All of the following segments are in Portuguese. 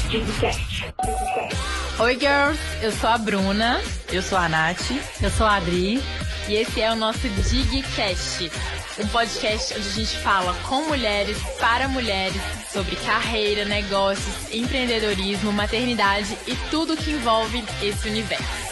Oi, girls! Eu sou a Bruna. Eu sou a Nath. Eu sou a Adri. E esse é o nosso DigCast, um podcast onde a gente fala com mulheres, para mulheres, sobre carreira, negócios, empreendedorismo, maternidade e tudo que envolve esse universo.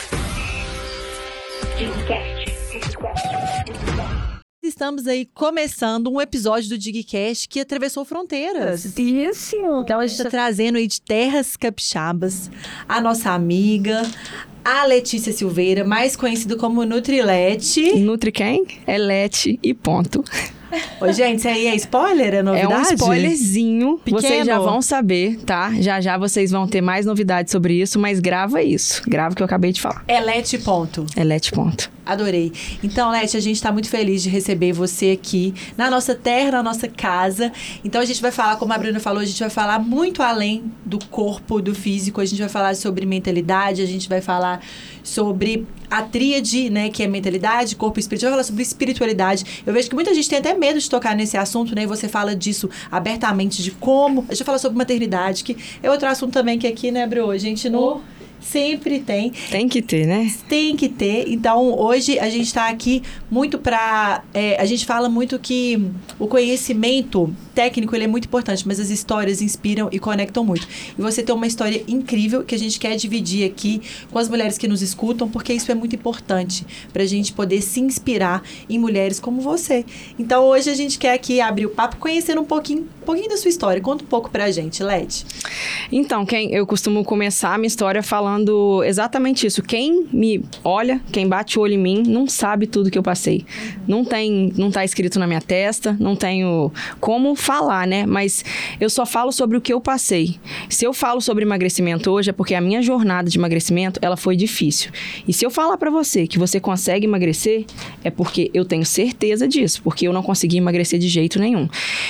Estamos aí começando um episódio do DigCast que atravessou fronteiras. Isso! Então a gente está trazendo aí de terras capixabas a nossa amiga, a Letícia Silveira, mais conhecida como Nutrilete. Nutri quem? É Lete e ponto. Ô, gente, isso aí é spoiler? É novidade? É um spoilerzinho. Pequeno. Vocês já vão saber, tá? Já vocês vão ter mais novidades sobre isso, mas grava isso. Grava o que eu acabei de falar. É Lete ponto. É Lete ponto. Adorei. Então, Lete, a gente tá muito feliz de receber você aqui na nossa terra, na nossa casa. Então, a gente vai falar, como a Bruna falou, a gente vai falar muito além do corpo, do físico. A gente vai falar sobre mentalidade, a gente vai falar sobre a tríade, né, que é mentalidade, corpo e espírito. A gente vai falar sobre espiritualidade. Eu vejo que muita gente tem até medo de tocar nesse assunto, né, e você fala disso abertamente, de como. A gente vai falar sobre maternidade, que é outro assunto também que aqui, né, Bru, a gente não... Sempre tem. Tem que ter, né? Tem que ter. Então, hoje a gente está aqui muito para... a gente fala muito que o conhecimento técnico ele é muito importante, mas as histórias inspiram e conectam muito. E você tem uma história incrível que a gente quer dividir aqui com as mulheres que nos escutam, porque isso é muito importante para a gente poder se inspirar em mulheres como você. Então, hoje a gente quer aqui abrir o papo conhecendo um pouquinho da sua história. Conta um pouco pra gente, Lete. Então, eu costumo começar a minha história falando exatamente isso. Quem me olha, quem bate o olho em mim, não sabe tudo que eu passei. Não tá escrito na minha testa, não tenho como falar, né? Mas eu só falo sobre o que eu passei. Se eu falo sobre emagrecimento hoje, é porque a minha jornada de emagrecimento, ela foi difícil. E se eu falar pra você que você consegue emagrecer, é porque eu tenho certeza disso, porque eu não consegui emagrecer de jeito nenhum.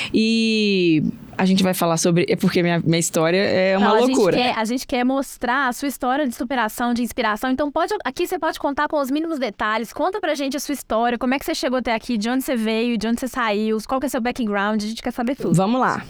E... a gente vai falar sobre... É porque minha história é uma loucura. A gente quer mostrar a sua história de superação, de inspiração. Então, aqui você pode contar com os mínimos detalhes. Conta pra gente a sua história. Como é que você chegou até aqui? De onde você veio? De onde você saiu? Qual que é o seu background? A gente quer saber tudo. Vamos lá.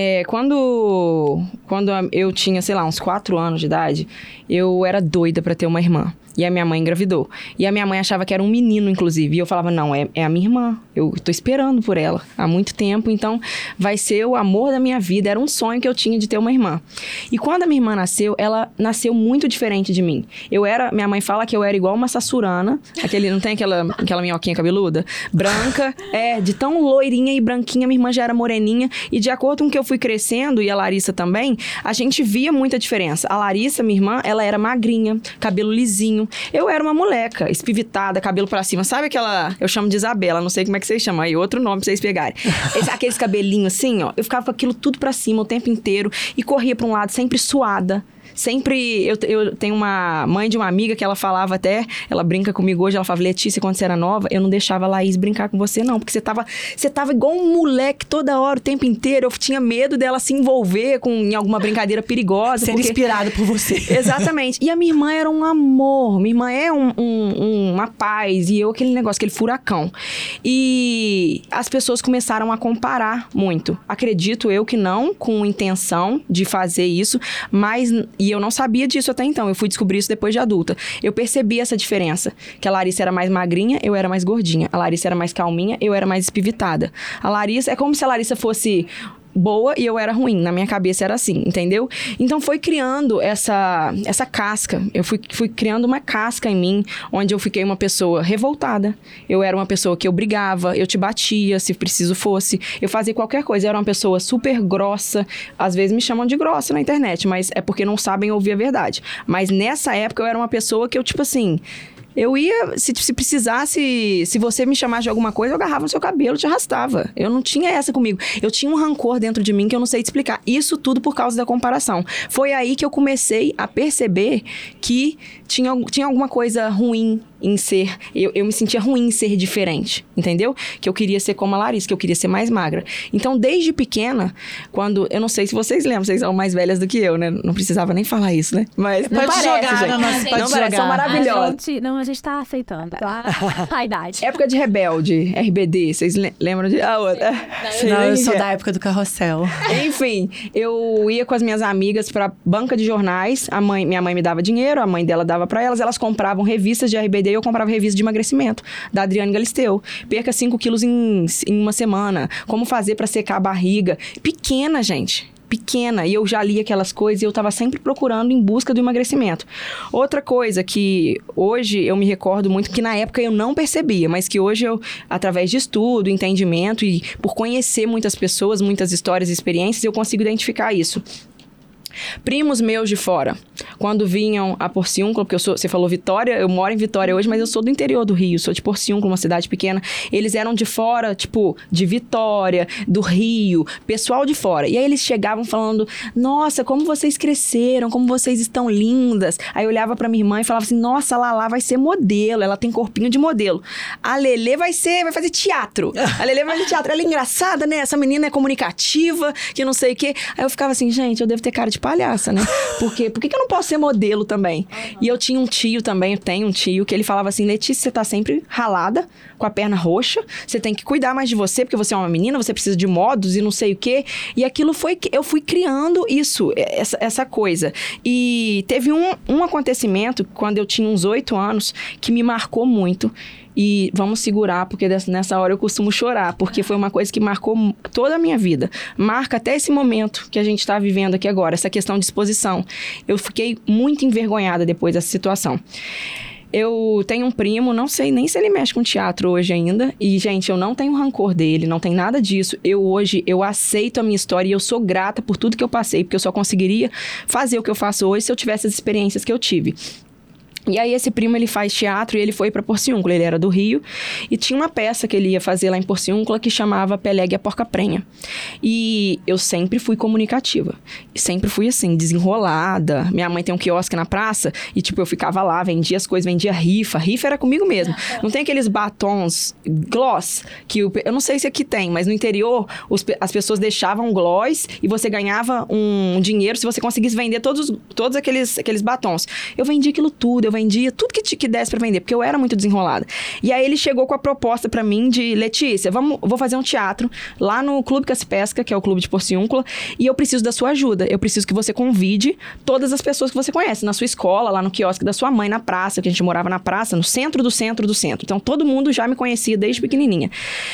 Quando eu tinha, sei lá, uns 4 anos de idade, eu era doida pra ter uma irmã. E a minha mãe engravidou. E a minha mãe achava que era um menino, inclusive. E eu falava, não, é a minha irmã. Eu tô esperando por ela há muito tempo. Então, vai ser o amor da minha vida. Era um sonho que eu tinha de ter uma irmã. E quando a minha irmã nasceu, ela nasceu muito diferente de mim. Minha mãe fala que eu era igual uma sassurana. Não tem aquela minhoquinha cabeluda? Branca. De tão loirinha e branquinha, minha irmã já era moreninha. E de acordo com que eu fui crescendo, e a Larissa também, a gente via muita diferença. A Larissa, minha irmã, ela era magrinha, cabelo lisinho. Eu era uma moleca, espivitada, cabelo pra cima. Sabe aquela... Eu chamo de Isabela, não sei como é que vocês chamam. Aí outro nome pra vocês pegarem. Aqueles cabelinhos assim, ó. Eu ficava com aquilo tudo pra cima o tempo inteiro. E corria pra um lado, sempre suada. Sempre, eu tenho uma mãe de uma amiga que ela falava até, ela brinca comigo hoje, ela falava, Letícia, quando você era nova, eu não deixava a Laís brincar com você não, porque você tava igual um moleque toda hora, o tempo inteiro, eu tinha medo dela se envolver em alguma brincadeira perigosa. Ser inspirada por você. Exatamente. E a minha irmã era um amor, minha irmã é uma paz, e eu aquele negócio, aquele furacão. E as pessoas começaram a comparar muito. Acredito eu que não com intenção de fazer isso, mas... E eu não sabia disso até então, eu fui descobrir isso depois de adulta. Eu percebi essa diferença, que a Larissa era mais magrinha, eu era mais gordinha. A Larissa era mais calminha, eu era mais espivitada. A Larissa, é como se a Larissa fosse... boa e eu era ruim, na minha cabeça era assim, entendeu? Então foi criando essa casca, eu fui criando uma casca em mim, onde eu fiquei uma pessoa revoltada, eu era uma pessoa que eu brigava, eu te batia se preciso fosse, eu fazia qualquer coisa, eu era uma pessoa super grossa, às vezes me chamam de grossa na internet, mas é porque não sabem ouvir a verdade, mas nessa época eu era uma pessoa que eu tipo assim... Eu ia, se precisasse, se você me chamasse de alguma coisa, eu agarrava no seu cabelo, te arrastava. Eu não tinha essa comigo. Eu tinha um rancor dentro de mim que eu não sei te explicar. Isso tudo por causa da comparação. Foi aí que eu comecei a perceber que tinha alguma coisa ruim em ser... Eu me sentia ruim em ser diferente, entendeu? Que eu queria ser como a Larissa, que eu queria ser mais magra. Então, desde pequena, quando... Eu não sei se vocês lembram, vocês são mais velhas do que eu, né? Não precisava nem falar isso, né? Mas Pode parece, jogar, gente. não, mas pode Não jogar. parece, são maravilhosas. A gente tá aceitando, tá? A idade. Época de Rebelde, RBD, vocês lembram de... A outra. Não, eu sou da época do Carrossel. Enfim, eu ia com as minhas amigas pra banca de jornais. Minha mãe me dava dinheiro, a mãe dela dava pra elas. Elas compravam revistas de RBD e eu comprava revista de emagrecimento, da Adriane Galisteu. Perca 5 quilos em uma semana. Como fazer pra secar a barriga. Pequena, gente. Pequena, e eu já li aquelas coisas e eu estava sempre procurando em busca do emagrecimento. Outra coisa que hoje eu me recordo muito, que na época eu não percebia, mas que hoje eu, através de estudo, entendimento e por conhecer muitas pessoas, muitas histórias e experiências, eu consigo identificar isso. Primos meus de fora, quando vinham a Porciúncula, porque você falou Vitória, eu moro em Vitória hoje, mas eu sou do interior do Rio, sou de Porciúncula, uma cidade pequena. Eles eram de fora, tipo, de Vitória, do Rio, pessoal de fora. E aí eles chegavam falando, nossa, como vocês cresceram, como vocês estão lindas. Aí eu olhava pra minha irmã e falava assim, nossa, a Lala vai ser modelo, ela tem corpinho de modelo. A Lelê vai fazer teatro. A Lelê vai fazer teatro. Ela é engraçada, né? Essa menina é comunicativa, que não sei o quê. Aí eu ficava assim, gente, eu devo ter cara de palhaça, né? Por que eu não posso ser modelo também? E eu tinha um tio também, eu tenho um tio, que ele falava assim, Letícia, você tá sempre ralada, com a perna roxa, você tem que cuidar mais de você, porque você é uma menina, você precisa de modos e não sei o quê. E aquilo foi, eu fui criando isso, essa coisa. E teve um acontecimento, quando eu tinha uns 8 anos, que me marcou muito. E vamos segurar, porque nessa hora eu costumo chorar, porque foi uma coisa que marcou toda a minha vida. Marca até esse momento que a gente está vivendo aqui agora, essa questão de exposição. Eu fiquei muito envergonhada depois dessa situação. Eu tenho um primo, não sei nem se ele mexe com teatro hoje ainda. E, gente, eu não tenho rancor dele, não tem nada disso. Hoje, eu aceito a minha história e eu sou grata por tudo que eu passei, porque eu só conseguiria fazer o que eu faço hoje se eu tivesse as experiências que eu tive. E aí esse primo, ele faz teatro e ele foi pra Porciúncula, ele era do Rio, e tinha uma peça que ele ia fazer lá em Porciúncula que chamava Peleg e a Porca Prenha. E eu sempre fui comunicativa, sempre fui assim, desenrolada. Minha mãe tem um quiosque na praça e tipo, eu ficava lá, vendia as coisas, vendia rifa era comigo mesmo. Não tem aqueles batons gloss, que eu não sei se aqui tem, mas no interior as pessoas deixavam gloss e você ganhava um dinheiro se você conseguisse vender todos aqueles batons. Eu vendia aquilo tudo, eu vendia tudo que desse pra vender, porque eu era muito desenrolada. E aí ele chegou com a proposta pra mim de, Letícia, vou fazer um teatro lá no Clube Caça-Pesca, que é o clube de Porciúncula, e eu preciso da sua ajuda. Eu preciso que você convide todas as pessoas que você conhece, na sua escola, lá no quiosque da sua mãe, na praça, que a gente morava na praça, no centro do centro do centro. Então todo mundo já me conhecia desde pequenininha.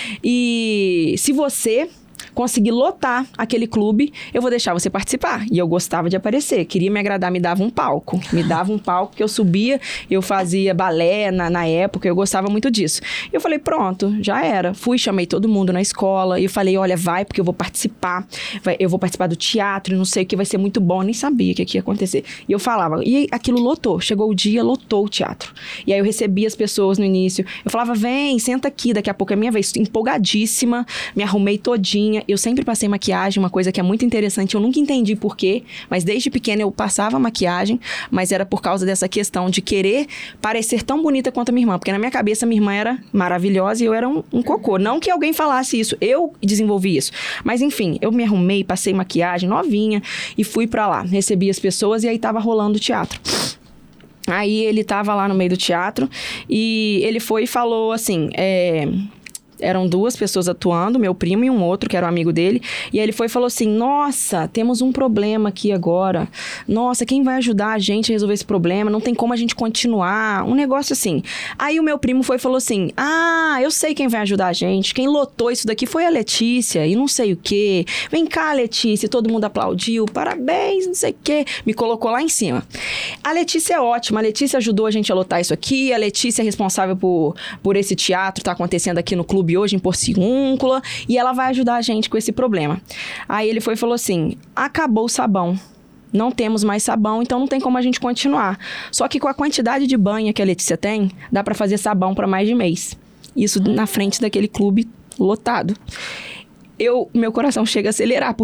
E se você conseguir lotar aquele clube, eu vou deixar você participar. E eu gostava de aparecer, queria me agradar, me dava um palco que eu subia, eu fazia balé na época, eu gostava muito disso. Eu falei, pronto, já era. Chamei todo mundo na escola, e eu falei, olha, vai, porque eu vou participar, eu vou participar do teatro, não sei o que, vai ser muito bom, eu nem sabia o que ia acontecer. E eu falava, e aquilo lotou, chegou o dia, lotou o teatro. E aí eu recebia as pessoas no início, eu falava, vem, senta aqui, daqui a pouco é minha vez, empolgadíssima, me arrumei todinha. Eu sempre passei maquiagem, uma coisa que é muito interessante, eu nunca entendi por quê, mas desde pequena eu passava maquiagem, mas era por causa dessa questão de querer parecer tão bonita quanto a minha irmã, porque na minha cabeça minha irmã era maravilhosa e eu era um cocô. Não que alguém falasse isso, eu desenvolvi isso. Mas enfim, eu me arrumei, passei maquiagem novinha e fui pra lá, recebi as pessoas e aí tava rolando o teatro. Aí ele tava lá no meio do teatro e ele foi e falou assim, eram 2 pessoas atuando, meu primo e um outro, que era um amigo dele. E aí ele foi e falou assim, nossa, temos um problema aqui agora. Nossa, quem vai ajudar a gente a resolver esse problema? Não tem como a gente continuar. Um negócio assim. Aí o meu primo foi e falou assim, eu sei quem vai ajudar a gente. Quem lotou isso daqui foi a Letícia e não sei o quê. Vem cá, Letícia. Todo mundo aplaudiu. Parabéns, não sei o quê. Me colocou lá em cima. A Letícia é ótima. A Letícia ajudou a gente a lotar isso aqui. A Letícia é responsável por esse teatro tá acontecendo aqui no clube hoje em Porciúncula, e ela vai ajudar a gente com esse problema. Aí ele foi e falou assim, acabou o sabão. Não temos mais sabão, então não tem como a gente continuar. Só que com a quantidade de banha que a Letícia tem, dá pra fazer sabão pra mais de mês. Isso na frente daquele clube lotado. Meu coração chega a acelerar, porque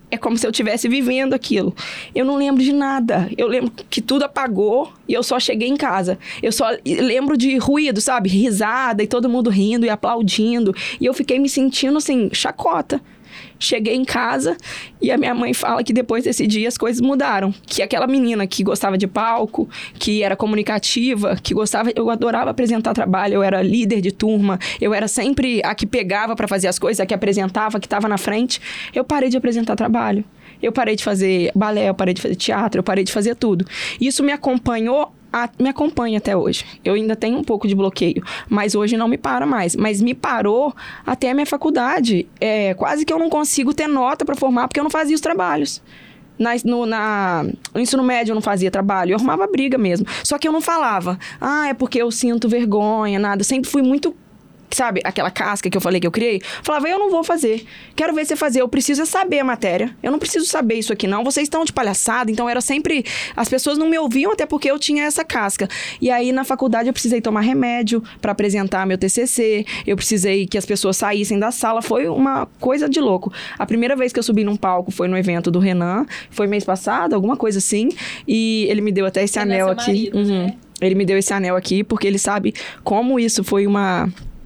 é como se eu estivesse vivendo aquilo. Eu não lembro de nada. Eu lembro que tudo apagou e eu só cheguei em casa. Eu só lembro de ruído, sabe? Risada e todo mundo rindo e aplaudindo. E eu fiquei me sentindo, assim, chacota. Cheguei em casa e a minha mãe fala que depois desse dia as coisas mudaram. Que aquela menina que gostava de palco, que era comunicativa, que gostava... Eu adorava apresentar trabalho, eu era líder de turma, eu era sempre a que pegava para fazer as coisas, a que apresentava, a que estava na frente. Eu parei de apresentar trabalho. Eu parei de fazer balé, eu parei de fazer teatro, eu parei de fazer tudo. Isso me acompanha até hoje. Eu ainda tenho um pouco de bloqueio, mas hoje não me para mais. Mas me parou até a minha faculdade. Quase que eu não consigo ter nota para formar, porque eu não fazia os trabalhos. No ensino médio eu não fazia trabalho, eu arrumava briga mesmo. Só que eu não falava, é porque eu sinto vergonha, nada. Eu sempre fui muito... Sabe, aquela casca que eu falei que eu criei? Falava, eu não vou fazer. Quero ver você fazer. Eu preciso saber a matéria. Eu não preciso saber isso aqui, não. Vocês estão de palhaçada. Então, era sempre... As pessoas não me ouviam, até porque eu tinha essa casca. E aí, na faculdade, eu precisei tomar remédio para apresentar meu TCC. Eu precisei que as pessoas saíssem da sala. Foi uma coisa de louco. A primeira vez que eu subi num palco foi no evento do Renan. Foi mês passado, alguma coisa assim. E ele me deu até esse anel aqui. Marido, né? Ele me deu esse anel aqui, porque ele sabe como isso foi uma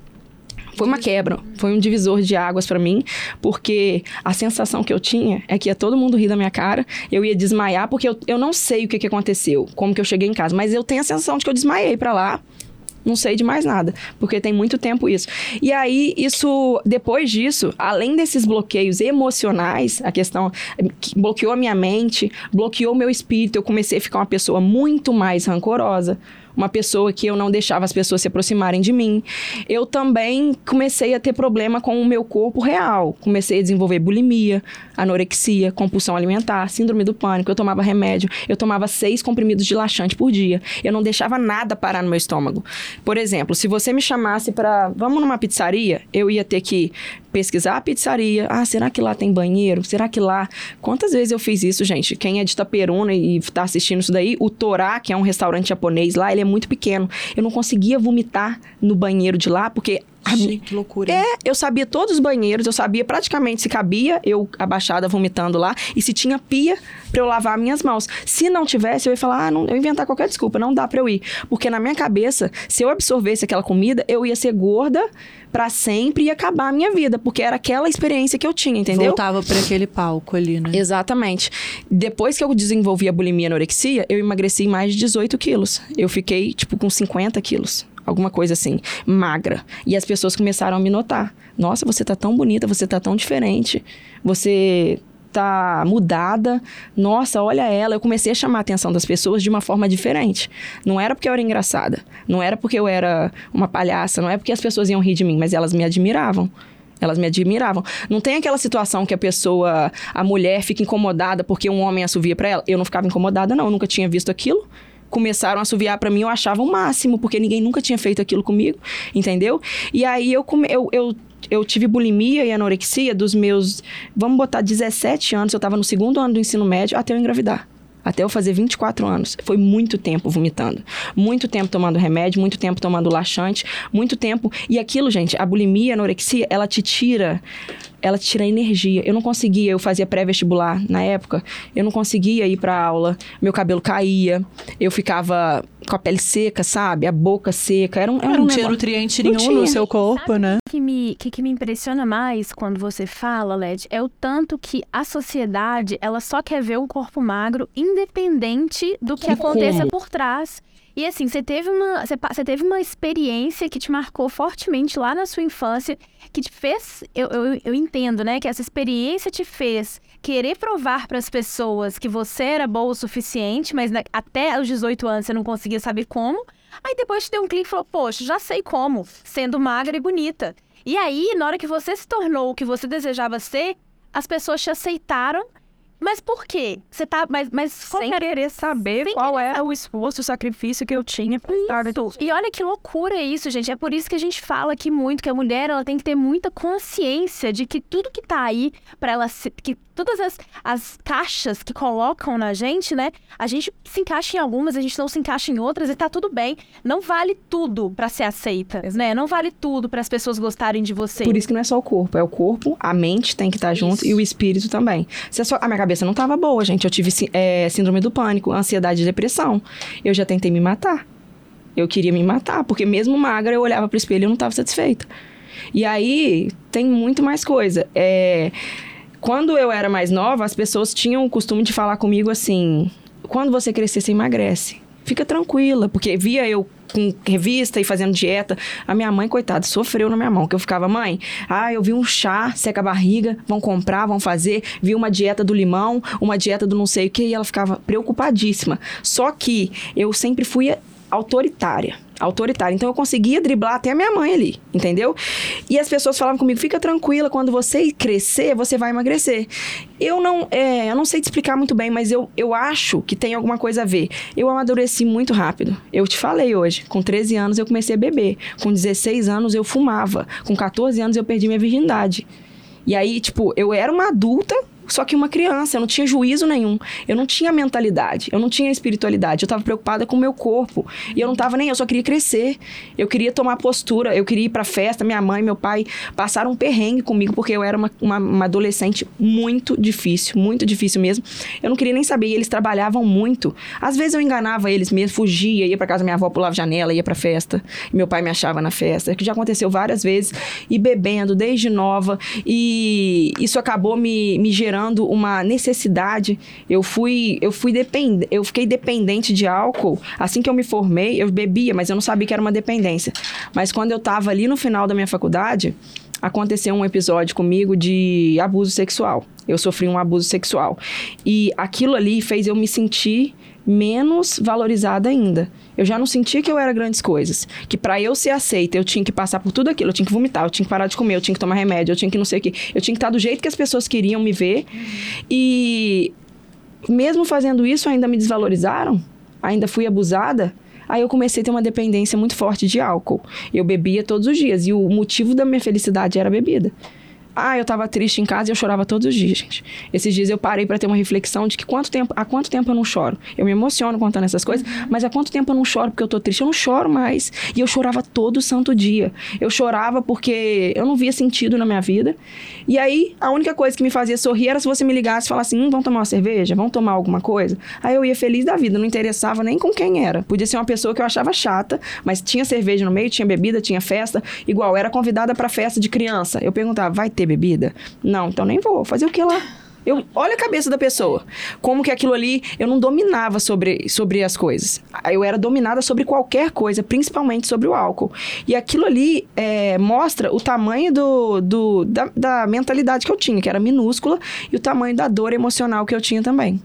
quebra, foi um divisor de águas pra mim, porque a sensação que eu tinha é que ia todo mundo rir da minha cara, eu ia desmaiar, porque eu não sei o que aconteceu, como que eu cheguei em casa, mas eu tenho a sensação de que eu desmaiei pra lá, não sei de mais nada, porque tem muito tempo isso. E aí, depois disso, além desses bloqueios emocionais, a questão que bloqueou a minha mente, bloqueou o meu espírito, eu comecei a ficar uma pessoa muito mais rancorosa, uma pessoa que eu não deixava as pessoas se aproximarem de mim. Eu também comecei a ter problema com o meu corpo real. Comecei a desenvolver bulimia, anorexia, compulsão alimentar, síndrome do pânico. Eu tomava remédio. Eu tomava 6 comprimidos de laxante por dia. Eu não deixava nada parar no meu estômago. Por exemplo, se você me chamasse para... Vamos numa pizzaria, eu ia ter que pesquisar a pizzaria. Será que lá tem banheiro? Será que lá... Quantas vezes eu fiz isso, gente? Quem é de Itaperuna e tá assistindo isso daí, o Torá, que é um restaurante japonês lá, ele é muito pequeno. Eu não conseguia vomitar no banheiro de lá, porque... Gente, que loucura. Eu sabia todos os banheiros, eu sabia praticamente se cabia eu abaixada vomitando lá e se tinha pia pra eu lavar minhas mãos. Se não tivesse, eu ia falar, eu ia inventar qualquer desculpa, não dá pra eu ir. Porque na minha cabeça, se eu absorvesse aquela comida, eu ia ser gorda pra sempre e ia acabar a minha vida, porque era aquela experiência que eu tinha, entendeu? Voltava pra aquele palco ali, né? Exatamente. Depois que eu desenvolvi a bulimia e anorexia, eu emagreci mais de 18 quilos. Eu fiquei, com 50 quilos. Alguma coisa assim, magra. E as pessoas começaram a me notar. Nossa, você tá tão bonita, você tá tão diferente. Você tá mudada. Nossa, olha ela. Eu comecei a chamar a atenção das pessoas de uma forma diferente. Não era porque eu era engraçada. Não era porque eu era uma palhaça. Não é porque as pessoas iam rir de mim, mas elas me admiravam. Elas me admiravam. Não tem aquela situação que a mulher fica incomodada porque um homem assovia pra ela. Eu não ficava incomodada, não. Eu nunca tinha visto aquilo. Começaram a assoviar pra mim, eu achava o máximo, porque ninguém nunca tinha feito aquilo comigo, entendeu? E aí eu tive bulimia e anorexia dos meus, vamos botar 17 anos, eu tava no 2º ano do ensino médio, até eu engravidar. Até eu fazer 24 anos. Foi muito tempo vomitando. Muito tempo tomando remédio, muito tempo tomando laxante, muito tempo. E aquilo, gente, a bulimia e a anorexia, ela te tira energia. Eu não conseguia, eu fazia pré-vestibular na época, eu não conseguia ir pra aula, meu cabelo caía, eu ficava com a pele seca, sabe? A boca seca. Não tinha nutriente nenhum no seu corpo, né? O que me impressiona mais quando você fala, Led, é o tanto que a sociedade, ela só quer ver o corpo magro, independente do que aconteça por trás. E assim, você teve uma experiência que te marcou fortemente lá na sua infância, que te fez, eu entendo, né, que essa experiência te fez querer provar para as pessoas que você era boa o suficiente, mas até os 18 anos você não conseguia saber como. Aí depois te deu um clique e falou, poxa, já sei como, sendo magra e bonita. E aí, na hora que você se tornou o que você desejava ser, as pessoas te aceitaram, Mas por quê? Você tá... Mas qual Sem que era- querer saber Sem qual querer era o esforço, o sacrifício que eu tinha pra estar Isso. E olha que loucura isso, gente. É por isso que a gente fala aqui muito que a mulher ela tem que ter muita consciência de que tudo que tá aí pra ela que todas as caixas que colocam na gente, né? A gente se encaixa em algumas, a gente não se encaixa em outras e tá tudo bem. Não vale tudo pra ser aceita, né? Não vale tudo para as pessoas gostarem de você. Por isso que não é só o corpo, é o corpo, a mente tem que estar junto e o espírito também. A minha cabeça não tava boa, gente. Eu tive síndrome do pânico, ansiedade e depressão. Eu já tentei me matar. Eu queria me matar, porque mesmo magra eu olhava pro espelho e eu não tava satisfeita. E aí, tem muito mais coisa. Quando eu era mais nova, as pessoas tinham o costume de falar comigo assim: quando você crescer, você emagrece. Fica tranquila, porque via eu com revista e fazendo dieta. A minha mãe, coitada, sofreu na minha mão, que eu ficava: mãe, eu vi um chá, seca a barriga, vão comprar, vão fazer. Vi uma dieta do limão, uma dieta do não sei o que, e ela ficava preocupadíssima. Só que eu sempre fui autoritária. Então eu conseguia driblar até a minha mãe ali, entendeu? E as pessoas falavam comigo: fica tranquila, quando você crescer, você vai emagrecer. Eu não sei te explicar muito bem, mas eu acho que tem alguma coisa a ver. Eu amadureci muito rápido. Eu te falei hoje, com 13 anos eu comecei a beber. Com 16 anos eu fumava. Com 14 anos eu perdi minha virgindade. E aí, eu era uma adulta, só que uma criança, eu não tinha juízo nenhum, eu não tinha mentalidade, eu não tinha espiritualidade, eu tava preocupada com o meu corpo, e eu não tava nem, eu só queria crescer, eu queria tomar postura, eu queria ir pra festa. Minha mãe e meu pai passaram um perrengue comigo, porque eu era uma adolescente muito difícil mesmo, eu não queria nem saber, e eles trabalhavam muito, às vezes eu enganava eles mesmo, fugia, ia pra casa da minha avó, pulava a janela, ia pra festa, e meu pai me achava na festa, que já aconteceu várias vezes, e bebendo desde nova, e isso acabou me gerando uma necessidade. Eu fiquei dependente de álcool. Assim que eu me formei, eu bebia, mas eu não sabia que era uma dependência. Mas quando eu estava ali no final da minha faculdade, aconteceu um episódio comigo de abuso sexual. Eu sofri um abuso sexual. E aquilo ali fez eu me sentir menos valorizada ainda. Eu já não sentia que eu era grandes coisas. Que pra eu ser aceita, eu tinha que passar por tudo aquilo. Eu tinha que vomitar, eu tinha que parar de comer, eu tinha que tomar remédio, eu tinha que não sei o quê. Eu tinha que estar do jeito que as pessoas queriam me ver. E mesmo fazendo isso, ainda me desvalorizaram. Ainda fui abusada. Aí eu comecei a ter uma dependência muito forte de álcool. Eu bebia todos os dias. E o motivo da minha felicidade era a bebida. Eu tava triste em casa e eu chorava todos os dias, gente. Esses dias eu parei pra ter uma reflexão de que há quanto tempo eu não choro? Eu me emociono contando essas coisas, mas há quanto tempo eu não choro porque eu tô triste? Eu não choro mais. E eu chorava todo santo dia. Eu chorava porque eu não via sentido na minha vida. E aí, a única coisa que me fazia sorrir era se você me ligasse e falasse: vamos tomar uma cerveja? Vamos tomar alguma coisa? Aí eu ia feliz da vida, não interessava nem com quem era. Podia ser uma pessoa que eu achava chata, mas tinha cerveja no meio, tinha bebida, tinha festa. Igual, era convidada pra festa de criança. Eu perguntava: vai ter bebida? Não, então nem vou. Fazer o que lá? Olha a cabeça da pessoa. Como que aquilo ali, eu não dominava sobre as coisas. Eu era dominada sobre qualquer coisa, principalmente sobre o álcool. E aquilo ali mostra o tamanho da mentalidade que eu tinha, que era minúscula, e o tamanho da dor emocional que eu tinha também.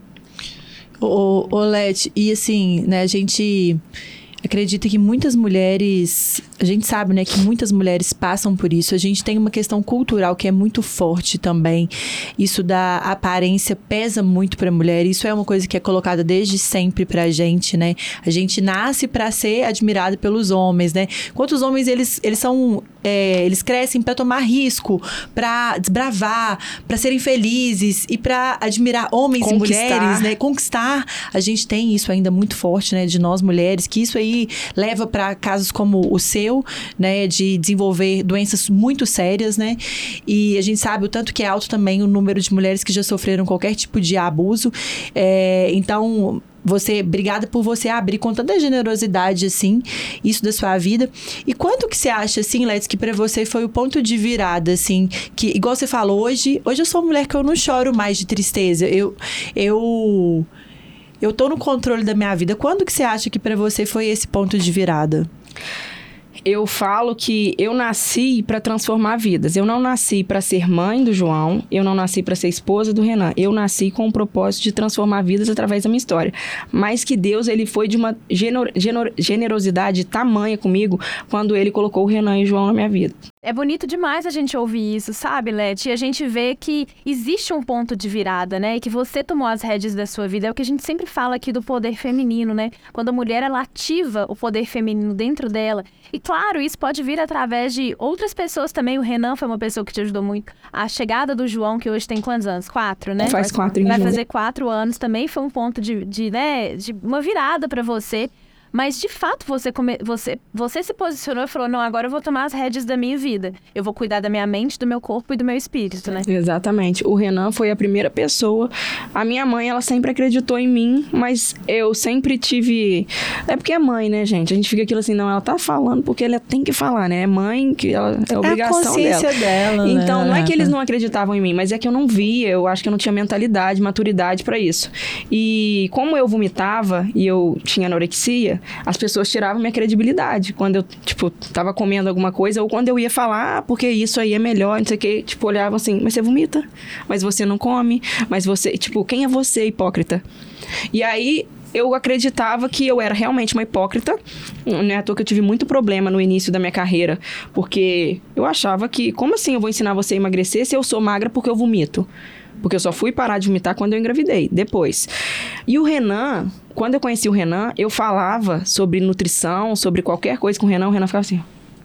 Leti, e assim, né, a gente acredita que muitas mulheres... A gente sabe, né, que muitas mulheres passam por isso. A gente tem uma questão cultural que é muito forte também. Isso da aparência pesa muito pra mulher. Isso é uma coisa que é colocada desde sempre pra gente, né? A gente nasce pra ser admirado pelos homens, né? Enquanto os homens, eles são... eles crescem pra tomar risco, pra desbravar, pra serem felizes e pra admirar homens e mulheres, né? Conquistar. A gente tem isso ainda muito forte, né? De nós mulheres, que isso aí leva pra casos como o seu, né, de desenvolver doenças muito sérias, né, e a gente sabe o tanto que é alto também o número de mulheres que já sofreram qualquer tipo de abuso, então... Obrigada por você abrir com tanta generosidade, assim, isso da sua vida. E quanto que você acha, assim, Leti, que pra você foi o ponto de virada, assim, que, igual você falou, hoje eu sou uma mulher que eu não choro mais de tristeza, eu tô no controle da minha vida. Quando que você acha que pra você foi esse ponto de virada? Eu falo que eu nasci para transformar vidas. Eu não nasci para ser mãe do João, eu não nasci para ser esposa do Renan. Eu nasci com o propósito de transformar vidas através da minha história. Mas que Deus, ele foi de uma generosidade tamanha comigo quando ele colocou o Renan e o João na minha vida. É bonito demais a gente ouvir isso, sabe, Leti? E a gente vê que existe um ponto de virada, né? E que você tomou as rédeas da sua vida. É o que a gente sempre fala aqui do poder feminino, né? Quando a mulher, ela ativa o poder feminino dentro dela. E, claro, isso pode vir através de outras pessoas também. O Renan foi uma pessoa que te ajudou muito. A chegada do João, que hoje tem quantos anos? 4, né? Faz 4 em Vai junho. fazer 4 anos também. Foi um ponto de uma virada pra você. Mas, de fato, você se posicionou e falou, não, agora eu vou tomar as rédeas da minha vida. Eu vou cuidar da minha mente, do meu corpo e do meu espírito, né? Exatamente. O Renan foi a primeira pessoa. A minha mãe, ela sempre acreditou em mim, mas eu sempre tive... É porque é mãe, né, gente? A gente fica aquilo assim, não, ela tá falando porque ela tem que falar, né? É mãe, que ela, é obrigação a consciência dela, né? Então, não é que eles não acreditavam em mim, mas é que eu não via, eu acho que eu não tinha mentalidade, maturidade pra isso. E como eu vomitava e eu tinha anorexia, as pessoas tiravam minha credibilidade. Quando eu, tava comendo alguma coisa, ou quando eu ia falar, porque isso aí é melhor, não sei o quê, olhavam assim, mas você vomita, mas você não come, mas você, quem é você, hipócrita? E aí, eu acreditava que eu era realmente uma hipócrita. Não é à toa que eu tive muito problema no início da minha carreira, porque eu achava que, como assim eu vou ensinar você a emagrecer se eu sou magra porque eu vomito? Porque eu só fui parar de vomitar quando eu engravidei, depois. E o Renan, quando eu conheci o Renan, eu falava sobre nutrição, sobre qualquer coisa com o Renan ficava assim...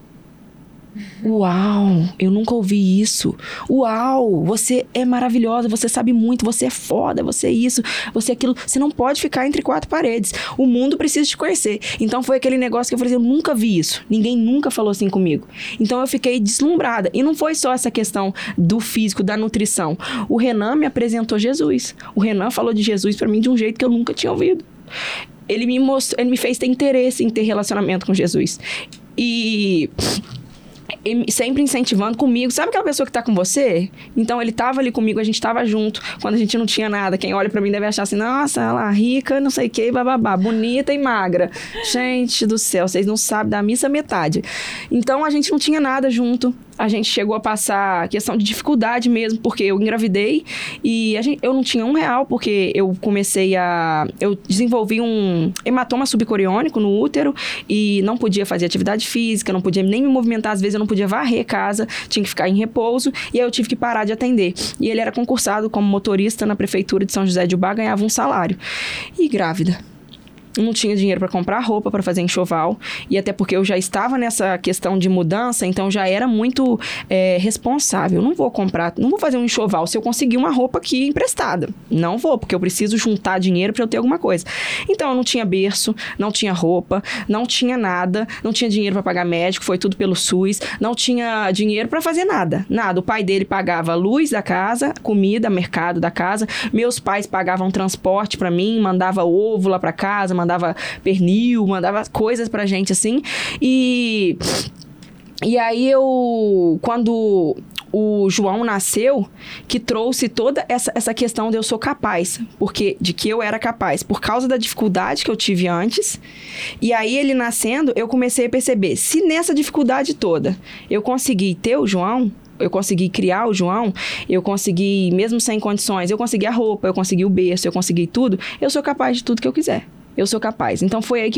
Uau, eu nunca ouvi isso. Uau, você é maravilhosa, você sabe muito, você é foda, você é isso, você é aquilo. Você não pode ficar entre 4 paredes. O mundo precisa te conhecer. Então foi aquele negócio que eu falei assim, eu nunca vi isso. Ninguém nunca falou assim comigo. Então eu fiquei deslumbrada. E não foi só essa questão do físico, da nutrição. O Renan me apresentou Jesus. O Renan falou de Jesus pra mim de um jeito que eu nunca tinha ouvido. Ele me fez ter interesse em ter relacionamento com Jesus. E sempre incentivando comigo. Sabe aquela pessoa que tá com você? Então, ele tava ali comigo, a gente tava junto, quando a gente não tinha nada. Quem olha pra mim deve achar assim, nossa, ela rica, não sei o que, bababá, bonita e magra. Gente do céu, vocês não sabem da missa metade. Então, a gente não tinha nada junto. A gente chegou a passar questão de dificuldade mesmo, porque eu engravidei e eu não tinha R$1, porque eu eu desenvolvi um hematoma subcoriônico no útero e não podia fazer atividade física, não podia nem me movimentar, às vezes eu não podia varrer casa, tinha que ficar em repouso e aí eu tive que parar de atender. E ele era concursado como motorista na prefeitura de São José de Ubá, ganhava um salário. E grávida. Não tinha dinheiro para comprar roupa, para fazer enxoval. E até porque eu já estava nessa questão de mudança, então já era muito responsável. Não vou fazer um enxoval se eu conseguir uma roupa aqui emprestada. Não vou, porque eu preciso juntar dinheiro para eu ter alguma coisa. Então eu não tinha berço, não tinha roupa, não tinha nada, não tinha dinheiro para pagar médico, foi tudo pelo SUS, não tinha dinheiro para fazer nada. Nada. O pai dele pagava a luz da casa, comida, mercado da casa. Meus pais pagavam transporte para mim, mandava ovo lá para casa, mandava pernil, mandava coisas pra gente, assim. E aí quando o João nasceu, que trouxe toda essa questão de eu sou capaz, de que eu era capaz, por causa da dificuldade que eu tive antes. E aí, ele nascendo, eu comecei a perceber, se nessa dificuldade toda eu consegui ter o João, eu consegui criar o João, eu consegui, mesmo sem condições, eu consegui a roupa, eu consegui o berço, eu consegui tudo, eu sou capaz de tudo que eu quiser. Eu sou capaz. Então, foi aí que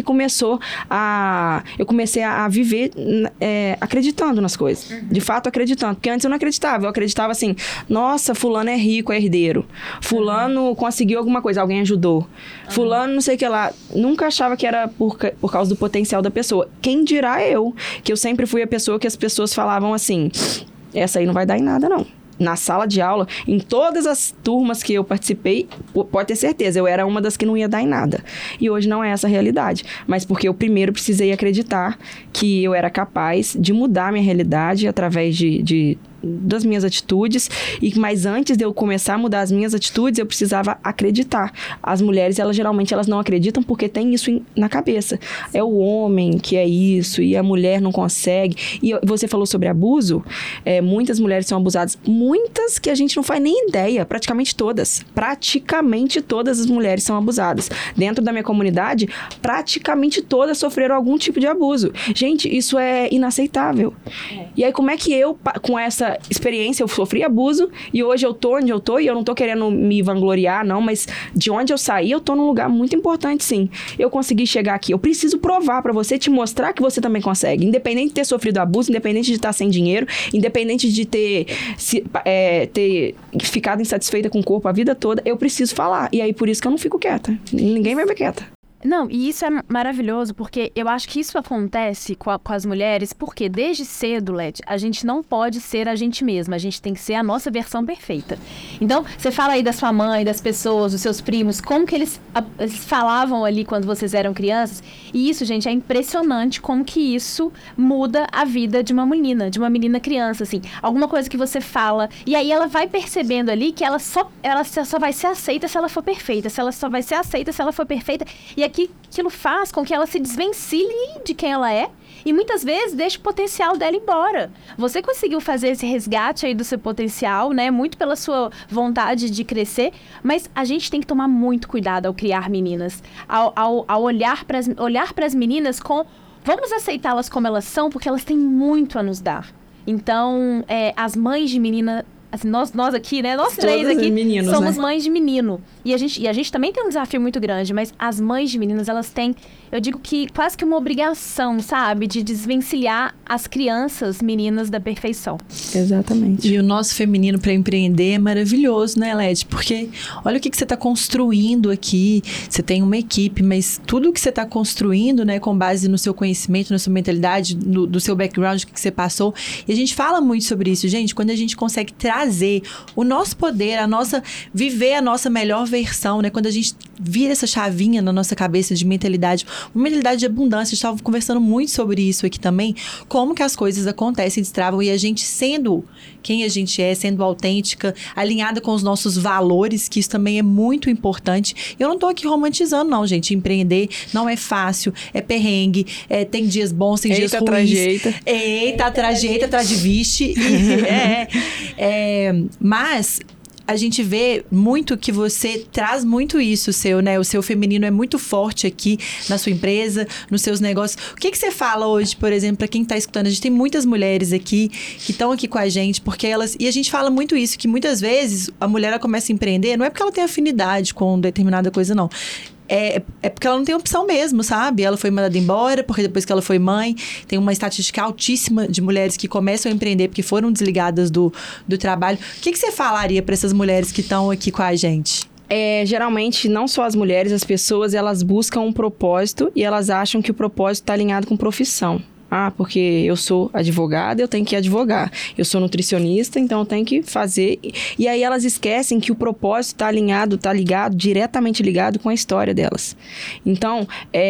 eu comecei a viver acreditando nas coisas. De fato, acreditando. Porque antes eu não acreditava. Eu acreditava assim, nossa, fulano é rico, é herdeiro. Fulano conseguiu alguma coisa, alguém ajudou. Fulano não sei o que lá. Nunca achava que era por causa do potencial da pessoa. Quem dirá eu? Que eu sempre fui a pessoa que as pessoas falavam assim, essa aí não vai dar em nada, não. Na sala de aula, em todas as turmas que eu participei, pode ter certeza, eu era uma das que não ia dar em nada. E hoje não é essa a realidade. Mas porque eu primeiro precisei acreditar que eu era capaz de mudar a minha realidade através das minhas atitudes, mas antes de eu começar a mudar as minhas atitudes, eu precisava acreditar. As mulheres, geralmente, elas não acreditam porque tem isso na cabeça. É o homem que é isso, e a mulher não consegue. E você falou sobre abuso, muitas mulheres são abusadas, muitas que a gente não faz nem ideia, praticamente todas as mulheres são abusadas. Dentro da minha comunidade, praticamente todas sofreram algum tipo de abuso. Gente, isso é inaceitável. E aí, como é que eu, com essa essa experiência, eu sofri abuso e hoje eu tô onde eu tô e eu não tô querendo me vangloriar, não, mas de onde eu saí, eu tô num lugar muito importante, sim. Eu consegui chegar aqui. Eu preciso provar pra você, te mostrar que você também consegue. Independente de ter sofrido abuso, independente de estar sem dinheiro, independente de ter ficado insatisfeita com o corpo a vida toda, eu preciso falar. E aí, por isso que eu não fico quieta. Ninguém vai ver quieta. Não, e isso é maravilhoso, porque eu acho que isso acontece com as mulheres, porque desde cedo, Leti, a gente não pode ser a gente mesma, a gente tem que ser a nossa versão perfeita. Então, você fala aí da sua mãe, das pessoas, dos seus primos, como que eles falavam ali quando vocês eram crianças, e isso, gente, é impressionante como que isso muda a vida de uma menina criança, assim. Alguma coisa que você fala, e aí ela vai percebendo ali que ela só vai ser aceita se ela for perfeita, ela só vai ser aceita se ela for perfeita, e aquilo faz com que ela se desvencilhe de quem ela é e muitas vezes deixa o potencial dela embora. Você conseguiu fazer esse resgate aí do seu potencial, né? Muito pela sua vontade de crescer, mas a gente tem que tomar muito cuidado ao criar meninas, ao olhar para as meninas com... Vamos aceitá-las como elas são, porque elas têm muito a nos dar. Então, as mães de menina... Assim, nós aqui, né? Nós três aqui meninos, somos né? mães de menino. E a gente também tem um desafio muito grande, mas as mães de meninas, elas têm, eu digo que quase que uma obrigação, sabe? De desvencilhar as crianças meninas da perfeição. Exatamente. E o nosso feminino para empreender é maravilhoso, né, Leti? Porque olha o que você está construindo aqui. Você tem uma equipe, mas tudo que você está construindo, né, com base no seu conhecimento, na sua mentalidade, do seu background, o que você passou. E a gente fala muito sobre isso, gente. Quando a gente consegue trazer o nosso poder, viver a nossa melhor versão, né? Quando a gente vira essa chavinha na nossa cabeça de mentalidade, uma mentalidade de abundância, a gente estava conversando muito sobre isso aqui também, como que as coisas acontecem, destravam, e a gente sendo quem a gente é, sendo autêntica, alinhada com os nossos valores, que isso também é muito importante. Eu não tô aqui romantizando, não, gente. Empreender não é fácil, é perrengue, tem dias bons, tem dias ruins. Trajeita. Eita, trajeita, trajeviste. Mas... a gente vê muito que você traz muito isso, o seu feminino é muito forte aqui na sua empresa, nos seus negócios. O que você fala hoje, por exemplo, para quem está escutando? A gente tem muitas mulheres aqui que estão aqui com a gente, porque elas... E a gente fala muito isso, que muitas vezes a mulher ela começa a empreender, não é porque ela tem afinidade com determinada coisa, não. É porque ela não tem opção mesmo, sabe? Ela foi mandada embora, porque depois que ela foi mãe, tem uma estatística altíssima de mulheres que começam a empreender porque foram desligadas do trabalho. O que você falaria para essas mulheres que estão aqui com a gente? Geralmente, não só as mulheres, as pessoas, elas buscam um propósito e elas acham que o propósito está alinhado com profissão. Ah, porque eu sou advogada, eu tenho que advogar. Eu sou nutricionista, então eu tenho que fazer. E aí elas esquecem que o propósito está ligado, diretamente ligado com a história delas. Então,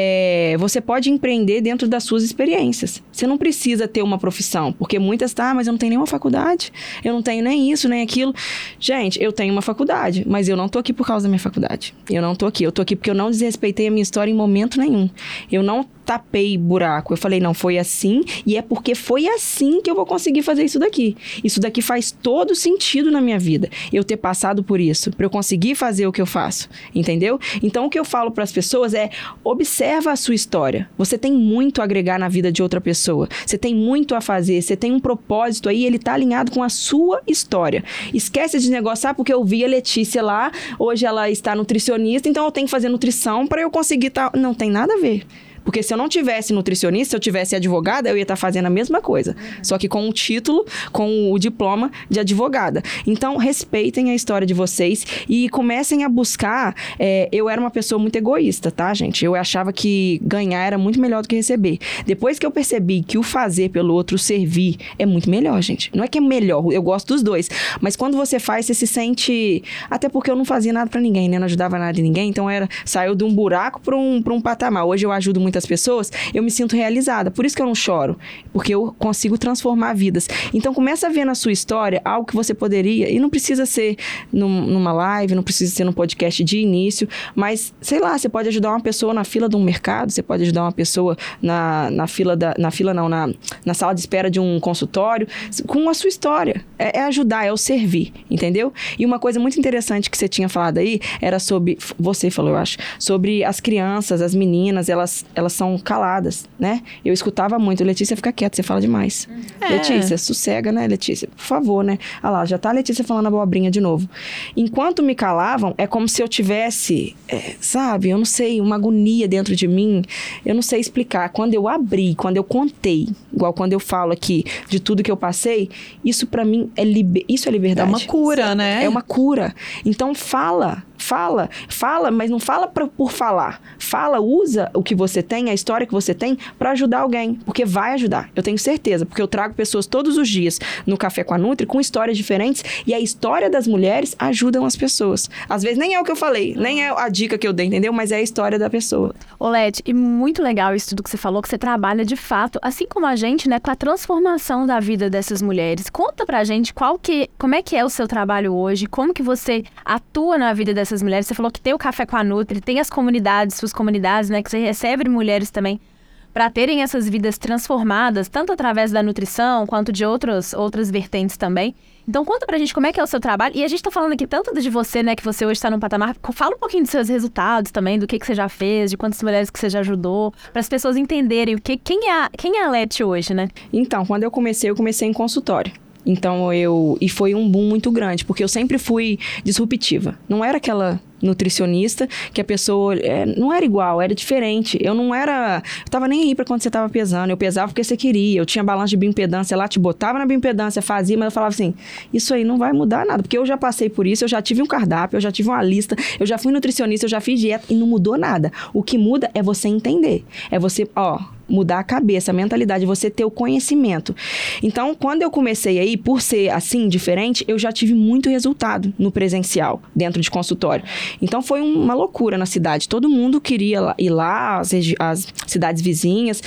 você pode empreender dentro das suas experiências. Você não precisa ter uma profissão, porque muitas, mas eu não tenho nenhuma faculdade, eu não tenho nem isso, nem aquilo. Gente, eu tenho uma faculdade, mas eu não tô aqui por causa da minha faculdade. Eu não tô aqui, eu tô aqui porque eu não desrespeitei a minha história em momento nenhum. Eu não tapei buraco. Eu falei, não, foi assim e é porque foi assim que eu vou conseguir fazer isso daqui. Isso daqui faz todo sentido na minha vida. Eu ter passado por isso, para eu conseguir fazer o que eu faço, entendeu? Então, o que eu falo para as pessoas é, observa a sua história. Você tem muito a agregar na vida de outra pessoa. Você tem muito a fazer, você tem um propósito aí, ele tá alinhado com a sua história. Esquece de negociar porque eu vi a Letícia lá, hoje ela está nutricionista, então eu tenho que fazer nutrição para eu conseguir Não tem nada a ver. Porque se eu não tivesse nutricionista, se eu tivesse advogada, eu ia estar fazendo a mesma coisa. Só que com o título, com o diploma de advogada. Então, respeitem a história de vocês e comecem a buscar... eu era uma pessoa muito egoísta, tá, gente? Eu achava que ganhar era muito melhor do que receber. Depois que eu percebi que o fazer pelo outro, o servir, é muito melhor, gente. Não é que é melhor, eu gosto dos dois. Mas quando você faz, você se sente... Até porque eu não fazia nada pra ninguém, né? Não ajudava nada em ninguém. Então, saiu de um buraco pra um patamar. Hoje eu ajudo muitas pessoas, eu me sinto realizada. Por isso que eu não choro, porque eu consigo transformar vidas. Então, começa a ver na sua história algo que você poderia, e não precisa ser numa live, não precisa ser num podcast de início, mas, sei lá, você pode ajudar uma pessoa na fila de um mercado, você pode ajudar uma pessoa na sala de espera de um consultório, com a sua história. É ajudar, é o servir, entendeu? E uma coisa muito interessante que você tinha falado aí, era sobre, você falou, eu acho, sobre as crianças, as meninas, elas elas são caladas, né? Eu escutava muito, Letícia, fica quieta, você fala demais. Letícia, sossega, né, Letícia? Por favor, né? Ah lá, já tá a Letícia falando abobrinha de novo. Enquanto me calavam, é como se eu tivesse, sabe, eu não sei, uma agonia dentro de mim, eu não sei explicar. Quando eu abri, quando eu contei, igual quando eu falo aqui de tudo que eu passei, isso pra mim isso é liberdade. É uma cura, né? É uma cura. Então fala, mas não fala por falar. Fala, usa o que você tem, a história que você tem pra ajudar alguém, porque vai ajudar. Eu tenho certeza, porque eu trago pessoas todos os dias no Café com a Nutri com histórias diferentes e a história das mulheres ajudam as pessoas. Às vezes nem é o que eu falei, nem é a dica que eu dei, entendeu? Mas é a história da pessoa. Olete, e muito legal isso tudo que você falou, que você trabalha de fato, assim como a gente, né, com a transformação da vida dessas mulheres. Conta pra gente como é que é o seu trabalho hoje, como que você atua na vida dessas mulheres. Você falou que tem o Café com a Nutri, tem as comunidades, suas comunidades, né, que você recebe mulheres também para terem essas vidas transformadas, tanto através da nutrição, quanto de outras vertentes também. Então conta pra gente como é que é o seu trabalho. E a gente tá falando aqui tanto de você, né, que você hoje tá num patamar. Fala um pouquinho dos seus resultados também, do que você já fez, de quantas mulheres que você já ajudou, para as pessoas entenderem quem é a Leti hoje, né? Então, quando eu comecei em consultório. Então, e foi um boom muito grande, porque eu sempre fui disruptiva. Não era aquela nutricionista que a pessoa não era igual, era diferente. Eu tava nem aí pra quando você tava pesando, eu pesava porque você queria, eu tinha balança de bioimpedância lá, te botava na bioimpedância, fazia, mas eu falava assim, isso aí não vai mudar nada, porque eu já passei por isso, eu já tive um cardápio, eu já tive uma lista, eu já fui nutricionista, eu já fiz dieta e não mudou nada. O que muda é você entender, é você, mudar a cabeça, a mentalidade, você ter o conhecimento. Então, quando eu comecei aí, por ser assim, diferente, eu já tive muito resultado no presencial, dentro de consultório. Então, foi uma loucura na cidade. Todo mundo queria ir lá, as cidades vizinhas.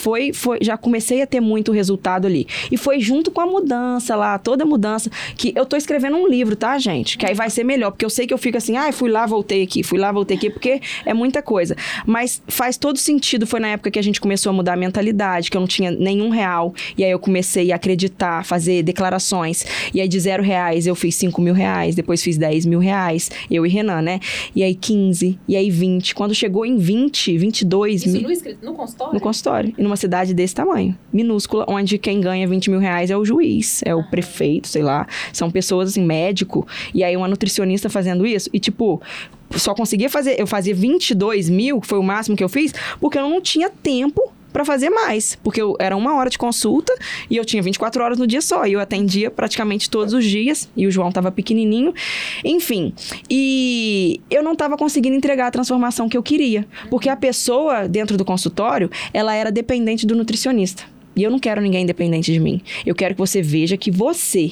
Já comecei a ter muito resultado ali. E foi junto com a mudança lá, toda a mudança, que eu tô escrevendo um livro, tá, gente? Que aí vai ser melhor, porque eu sei que eu fico assim, fui lá, voltei aqui, porque é muita coisa. Mas faz todo sentido, foi na época que a gente começou a mudar a mentalidade, que eu não tinha nenhum real, e aí eu comecei a acreditar, fazer declarações, e aí de R$0 eu fiz R$5.000, depois fiz R$10.000, eu e Renan, né? E aí 15, e aí 20. Quando chegou em 20, 22... Isso no consultório? No consultório. E numa cidade desse tamanho, minúscula, onde quem ganha R$20.000 é o juiz, é o prefeito, sei lá. São pessoas, assim, médico, e aí uma nutricionista fazendo isso, e tipo... Só conseguia fazer... Eu fazia 22 mil, que foi o máximo que eu fiz, porque eu não tinha tempo para fazer mais, porque era 1 hora de consulta e eu tinha 24 horas no dia só, e eu atendia praticamente todos os dias, e o João tava pequenininho, enfim, e eu não tava conseguindo entregar a transformação que eu queria, porque a pessoa dentro do consultório, ela era dependente do nutricionista, e eu não quero ninguém dependente de mim, eu quero que você veja que você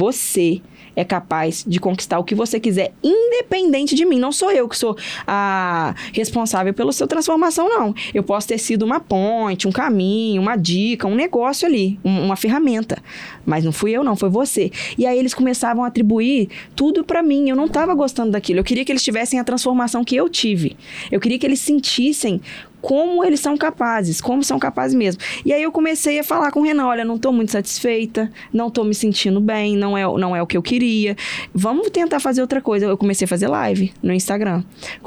é capaz de conquistar o que você quiser, independente de mim. Não sou eu que sou a responsável pela sua transformação, não. Eu posso ter sido uma ponte, um caminho, uma dica, um negócio ali, uma ferramenta. Mas não fui eu, não, foi você. E aí eles começavam a atribuir tudo pra mim. Eu não tava gostando daquilo. Eu queria que eles tivessem a transformação que eu tive. Eu queria que eles sentissem como eles são capazes, como são capazes mesmo. E aí eu comecei a falar com o Renan, olha, não tô muito satisfeita, não tô me sentindo bem, não é o que eu queria, vamos tentar fazer outra coisa. Eu comecei a fazer live no Instagram,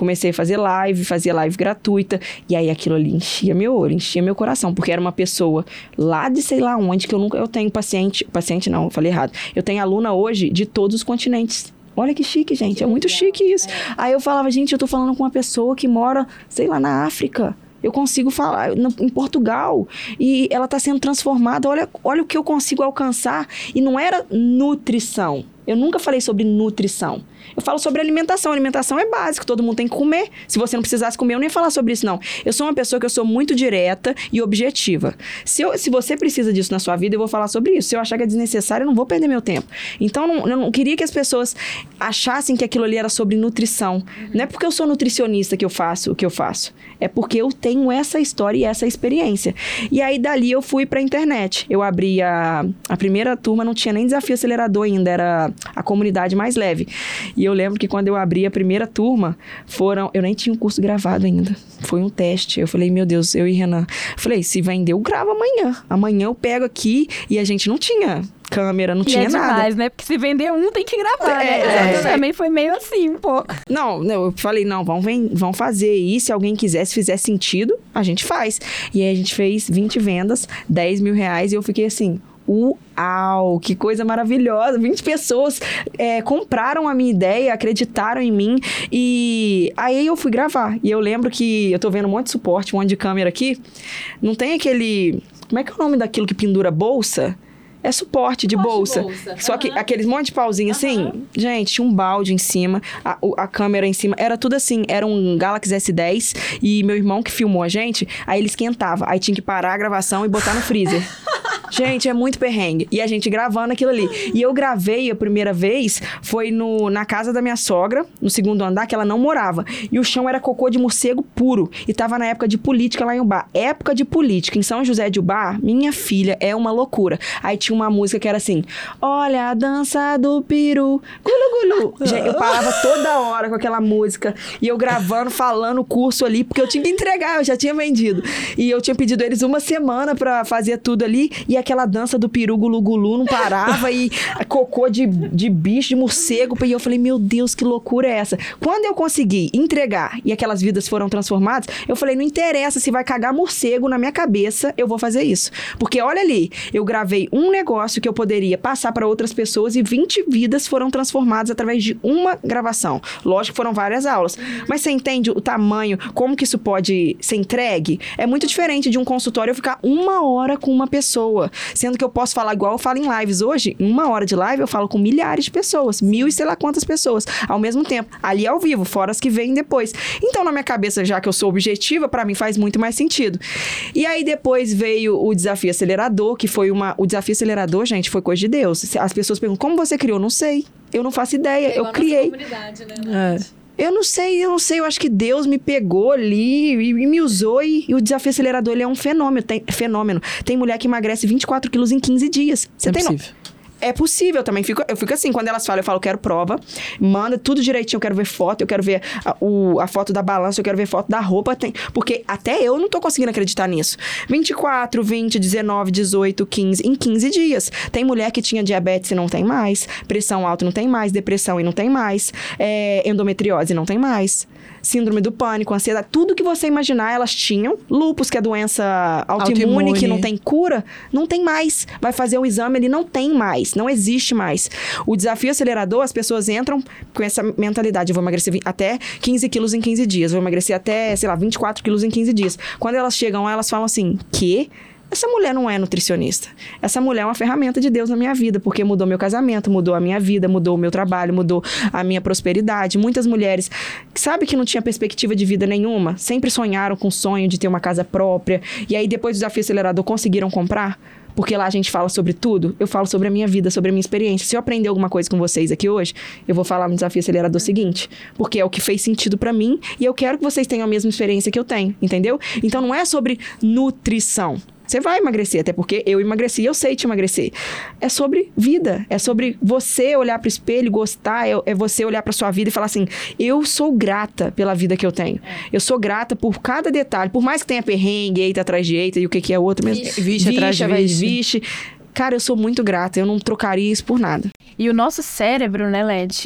fazia live gratuita, e aí aquilo ali enchia meu olho, enchia meu coração, porque era uma pessoa lá de sei lá onde, que eu tenho paciente não, eu falei errado, eu tenho aluna hoje de todos os continentes. Olha que chique, gente. É muito chique isso. Aí eu falava, gente, eu tô falando com uma pessoa que mora, sei lá, na África. Eu consigo falar em Portugal. E ela tá sendo transformada. Olha o que eu consigo alcançar. E não era nutrição. Eu nunca falei sobre nutrição. Eu falo sobre alimentação. Alimentação é básico, todo mundo tem que comer. Se você não precisasse comer, eu nem ia falar sobre isso, não. Eu sou uma pessoa que eu sou muito direta e objetiva. Se você precisa disso na sua vida, eu vou falar sobre isso. Se eu achar que é desnecessário, eu não vou perder meu tempo. Então, eu não queria que as pessoas achassem que aquilo ali era sobre nutrição. Não é porque eu sou nutricionista que eu faço o que eu faço. É porque eu tenho essa história e essa experiência. E aí, dali, eu fui pra internet. Eu abri a primeira turma, não tinha nem desafio acelerador ainda, era a comunidade mais leve. E eu lembro que quando eu abri a primeira turma, eu nem tinha um curso gravado ainda. Foi um teste. Eu falei, meu Deus, eu e Renan. Falei, se vender, eu gravo amanhã. Amanhã eu pego aqui, e a gente não tinha câmera, não E tinha é nada. demais, né? Porque se vender um, tem que gravar, né? exatamente. Também foi meio assim, um pouco. Não, eu falei, não, vamos fazer. E se alguém quiser, se fizer sentido, a gente faz. E aí a gente fez 20 vendas, 10 mil reais, e eu fiquei assim... Uau, que coisa maravilhosa. 20 pessoas compraram a minha ideia, acreditaram em mim. E aí eu fui gravar. E eu lembro que eu tô vendo um monte de suporte, um monte de câmera aqui. Não tem aquele... Como é que é o nome daquilo que pendura bolsa? É suporte de bolsa. Só que aqueles monte de pauzinho assim, gente, tinha um balde em cima, a câmera em cima, era tudo assim, era um Galaxy S10 e meu irmão que filmou a gente, aí ele esquentava, aí tinha que parar a gravação e botar no freezer. Gente, é muito perrengue. E a gente gravando aquilo ali. E eu gravei a primeira vez, foi na casa da minha sogra, no segundo andar, que ela não morava. E o chão era cocô de morcego puro. E tava na época de política lá em Ubá. Época de política. Em São José de Ubá, minha filha, é uma loucura. Aí tinha uma música que era assim, olha a dança do peru, gulu gulu. Gente, eu parava toda hora com aquela música. E eu gravando, falando o curso ali, porque eu tinha que entregar, eu já tinha vendido. E eu tinha pedido eles uma semana pra fazer tudo ali. E aquela dança do peru gulu gulu não parava. E cocô de bicho, de morcego. E eu falei, meu Deus, que loucura é essa? Quando eu consegui entregar e aquelas vidas foram transformadas, eu falei, não interessa se vai cagar morcego na minha cabeça, eu vou fazer isso. Porque olha ali, eu gravei um negócio que eu poderia passar para outras pessoas e 20 vidas foram transformadas através de uma gravação. Lógico que foram várias aulas. Mas você entende o tamanho, como que isso pode ser entregue? É muito diferente de um consultório eu ficar 1 hora com uma pessoa. Sendo que eu posso falar igual eu falo em lives hoje. Em 1 hora de live eu falo com milhares de pessoas. 1000 e sei lá quantas pessoas. Ao mesmo tempo. Ali ao vivo, fora as que vêm depois. Então na minha cabeça, já que eu sou objetiva, para mim faz muito mais sentido. E aí depois veio o Desafio Acelerador, que foi o Desafio Acelerador, gente, foi coisa de Deus. As pessoas perguntam, como você criou? Não sei. Eu não faço ideia. Eu criei. Eu não sei, eu acho que Deus me pegou ali e me usou e o Desafio Acelerador, ele é um fenômeno. Tem mulher que emagrece 24 quilos em 15 dias. Você tem possível. É possível, eu também eu fico assim, quando elas falam, eu falo, quero prova, manda tudo direitinho, eu quero ver foto, eu quero ver a foto da balança, eu quero ver foto da roupa, porque até eu não tô conseguindo acreditar nisso. 24, 20, 19, 18, 15, em 15 dias. Tem mulher que tinha diabetes e não tem mais, pressão alta não tem mais, depressão e não tem mais, endometriose não tem mais, síndrome do pânico, ansiedade, tudo que você imaginar elas tinham. Lúpus, que é doença autoimune, que não tem cura, não tem mais. Vai fazer um exame, ele não tem mais, não existe mais. O Desafio Acelerador, as pessoas entram com essa mentalidade, eu vou emagrecer até 15 quilos em 15 dias, vou emagrecer até, 24 quilos em 15 dias. Quando elas chegam lá, elas falam assim, que... Essa mulher não é nutricionista. Essa mulher é uma ferramenta de Deus na minha vida, porque mudou meu casamento, mudou a minha vida, mudou o meu trabalho, mudou a minha prosperidade. Muitas mulheres, sabe que não tinha perspectiva de vida nenhuma, sempre sonharam com o sonho de ter uma casa própria, e aí depois do Desafio Acelerador conseguiram comprar, porque lá a gente fala sobre tudo. Eu falo sobre a minha vida, sobre a minha experiência. Se eu aprender alguma coisa com vocês aqui hoje, eu vou falar no Desafio Acelerador seguinte, porque é o que fez sentido pra mim, e eu quero que vocês tenham a mesma experiência que eu tenho, entendeu? Então não é sobre nutrição. Você vai emagrecer, até porque eu emagreci, eu sei te emagrecer. É sobre vida, é sobre você olhar pro espelho, gostar, é você olhar pra sua vida e falar assim, eu sou grata pela vida que eu tenho. Eu sou grata por cada detalhe, por mais que tenha perrengue, eita atrás de eita, e o que é outro mesmo. Vixe atrás de vixe. Cara, eu sou muito grata, eu não trocaria isso por nada. E o nosso cérebro, né, Led?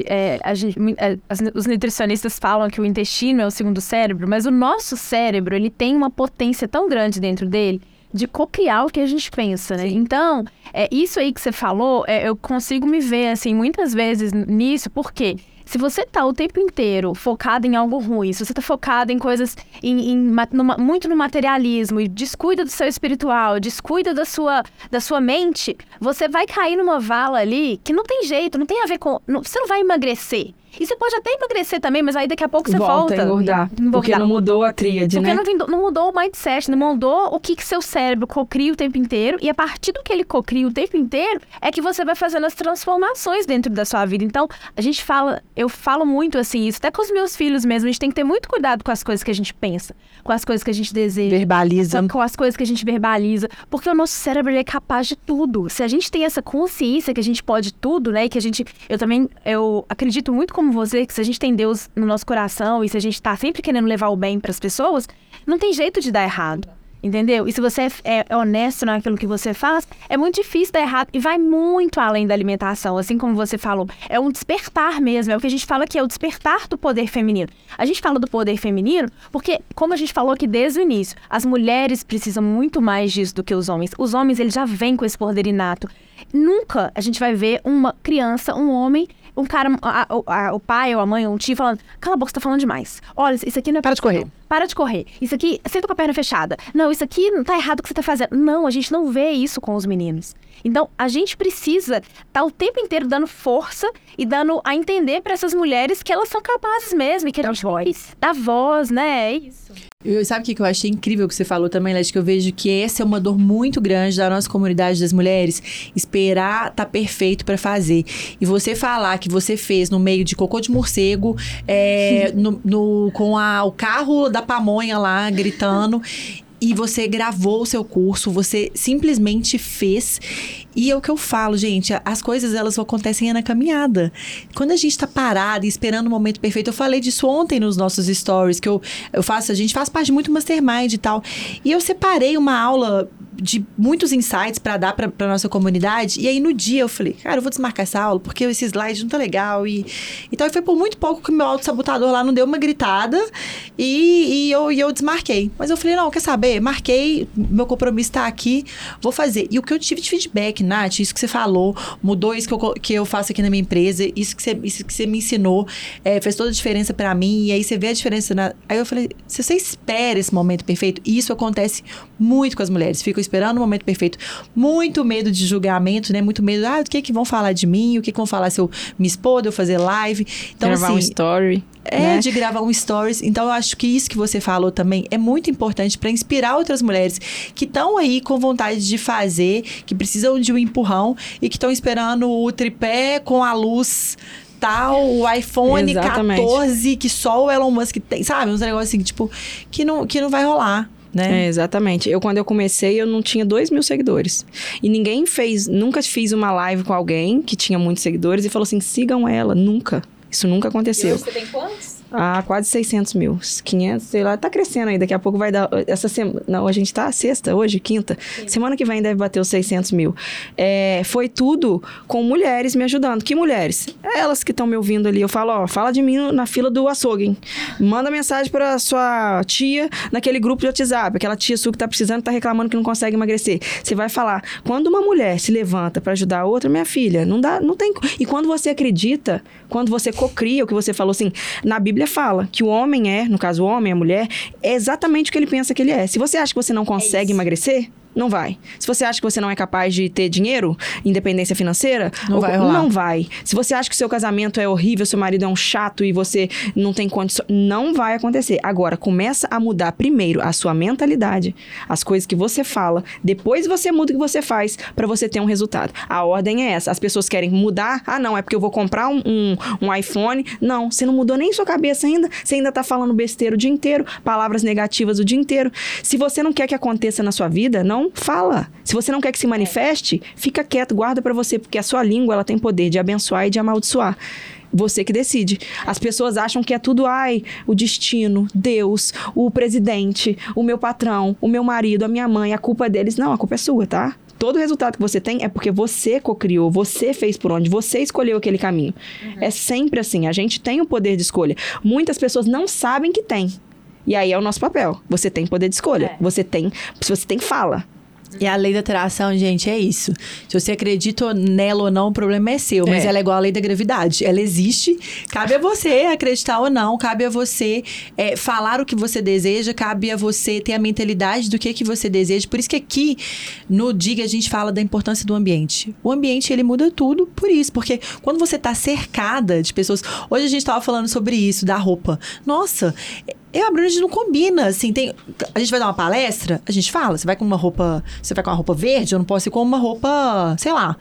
Os nutricionistas falam que o intestino é o segundo cérebro, mas o nosso cérebro, ele tem uma potência tão grande dentro dele de cocriar o que a gente pensa, né? Então, isso aí que você falou, eu consigo me ver, assim, muitas vezes nisso, porque se você tá o tempo inteiro focado em algo ruim, se você tá focado em coisas, muito no materialismo, e descuida do seu espiritual, descuida da sua mente, você vai cair numa vala ali que não tem jeito, não tem a ver com... você não vai emagrecer. E você pode até emagrecer também, mas aí daqui a pouco você volta a engordar. Porque não mudou a tríade, né? Porque não mudou o mindset, não mudou o que seu cérebro cocria o tempo inteiro. E a partir do que ele cocria o tempo inteiro, é que você vai fazendo as transformações dentro da sua vida. Então, eu falo muito assim, isso até com os meus filhos mesmo. A gente tem que ter muito cuidado com as coisas que a gente pensa, com as coisas que a gente deseja. Verbaliza. Com as coisas que a gente verbaliza. Porque o nosso cérebro é capaz de tudo. Se a gente tem essa consciência que a gente pode tudo, né? E que eu acredito muito como você, que se a gente tem Deus no nosso coração e se a gente tá sempre querendo levar o bem pras pessoas, não tem jeito de dar errado. Entendeu? E se você é honesto naquilo que você faz, é muito difícil dar errado. E vai muito além da alimentação, assim como você falou. É um despertar mesmo. É o que a gente fala que é o despertar do poder feminino. A gente fala do poder feminino porque, como a gente falou aqui desde o início, as mulheres precisam muito mais disso do que os homens. Os homens, eles já vêm com esse poder inato. Nunca a gente vai ver uma criança, um homem, um cara, o pai ou a mãe ou um tio falando: cala a boca, você tá falando demais. Olha, isso aqui não é... Para de correr. Para de correr. Isso aqui, senta com a perna fechada. Não, isso aqui não tá errado o que você tá fazendo. Não, a gente não vê isso com os meninos. Então, a gente precisa estar o tempo inteiro dando força e dando a entender para essas mulheres que elas são capazes mesmo. E que Dá voz. Dá voz, né? É isso. Sabe o que eu achei incrível que você falou também, Leti? Que eu vejo que essa é uma dor muito grande da nossa comunidade das mulheres. Esperar tá perfeito pra fazer. E você falar que você fez no meio de cocô de morcego, com o carro da pamonha lá, gritando... E você gravou o seu curso, você simplesmente fez. E é o que eu falo, gente, as coisas elas acontecem na caminhada. Quando a gente tá parada e esperando o momento perfeito, eu falei disso ontem nos nossos stories, que eu faço, a gente faz parte de muito mastermind e tal. E eu separei uma aula de muitos insights pra dar pra nossa comunidade. E aí no dia eu falei, cara, eu vou desmarcar essa aula, porque esse slide não tá legal. Então foi por muito pouco que o meu autossabotador lá não deu uma gritada e eu desmarquei. Mas eu falei, não, quer saber? Marquei, meu compromisso tá aqui, vou fazer. E o que eu tive de feedback, Nath, isso que você falou, mudou isso que eu faço aqui na minha empresa, isso que você me ensinou, fez toda a diferença pra mim, e aí você vê a diferença. Aí eu falei, se você espera esse momento perfeito, e isso acontece muito com as mulheres, ficam esperando o momento perfeito, muito medo de julgamento, né, muito medo, do que vão falar de mim, o que vão falar se eu me expor, de eu fazer live. Então, gravar assim, um story. De gravar um stories. Então, eu acho que isso que você falou também é muito importante para inspirar outras mulheres que estão aí com vontade de fazer, que precisam de um empurrão e que estão esperando o tripé com a luz tal, o iPhone Exatamente. 14 que só o Elon Musk tem, sabe? Uns negócios assim, tipo, que não vai rolar. Né? Exatamente. Quando eu comecei, eu não tinha 2.000 seguidores. E ninguém nunca fiz uma live com alguém que tinha muitos seguidores e falou assim, sigam ela. Nunca. Isso nunca aconteceu. E hoje você tem quantos? Quase 600 mil. 500, sei lá, tá crescendo aí. Daqui a pouco vai dar... Essa semana... Não, a gente tá sexta, hoje, quinta. Sim. Semana que vem deve bater os 600 mil. Foi tudo com mulheres me ajudando. Que mulheres? Elas que estão me ouvindo ali. Eu falo, fala de mim na fila do açougue, hein? Manda mensagem pra sua tia naquele grupo de WhatsApp. Aquela tia sua que tá precisando, tá reclamando que não consegue emagrecer. Você vai falar. Quando uma mulher se levanta pra ajudar a outra, minha filha, não tem... E quando você acredita, quando você cocria, o que você falou assim, na Bíblia fala que o homem no caso o homem, a mulher, é exatamente o que ele pensa que ele é. Se você acha que você não consegue emagrecer, não vai. Se você acha que você não é capaz de ter dinheiro, independência financeira, vai rolar. Não vai. Se você acha que o seu casamento é horrível, seu marido é um chato e você não tem condições, não vai acontecer. Agora, começa a mudar primeiro a sua mentalidade, as coisas que você fala, depois você muda o que você faz pra você ter um resultado. A ordem é essa. As pessoas querem mudar, não, é porque eu vou comprar um iPhone. Não, você não mudou nem sua cabeça ainda, você ainda tá falando besteira o dia inteiro, palavras negativas o dia inteiro. Se você não quer que aconteça na sua vida, não fala. Se você não quer que se manifeste, fica quieto, guarda pra você, porque a sua língua, ela tem poder de abençoar e de amaldiçoar. Você que decide. As pessoas acham que é tudo, o destino, Deus, o presidente, o meu patrão, o meu marido, a minha mãe, a culpa é deles. Não, a culpa é sua, tá? Todo o resultado que você tem é porque você cocriou, você fez por onde, você escolheu aquele caminho. É sempre assim, a gente tem o poder de escolha. Muitas pessoas não sabem que tem. E aí é o nosso papel. Você tem poder de escolha. Se você tem fala. E a lei da atração, gente, é isso. Se você acredita nela ou não, o problema é seu. Mas ela é igual à lei da gravidade. Ela existe. Cabe a você acreditar ou não. Cabe a você falar o que você deseja. Cabe a você ter a mentalidade do que você deseja. Por isso que aqui, no Diga, a gente fala da importância do ambiente. O ambiente, ele muda tudo por isso. Porque quando você tá cercada de pessoas... Hoje a gente tava falando sobre isso, da roupa. Nossa... Eu e a Bruna, a gente não combina, assim, a gente vai dar uma palestra, a gente fala, você vai com uma roupa verde, eu não posso ir com uma roupa, sei lá.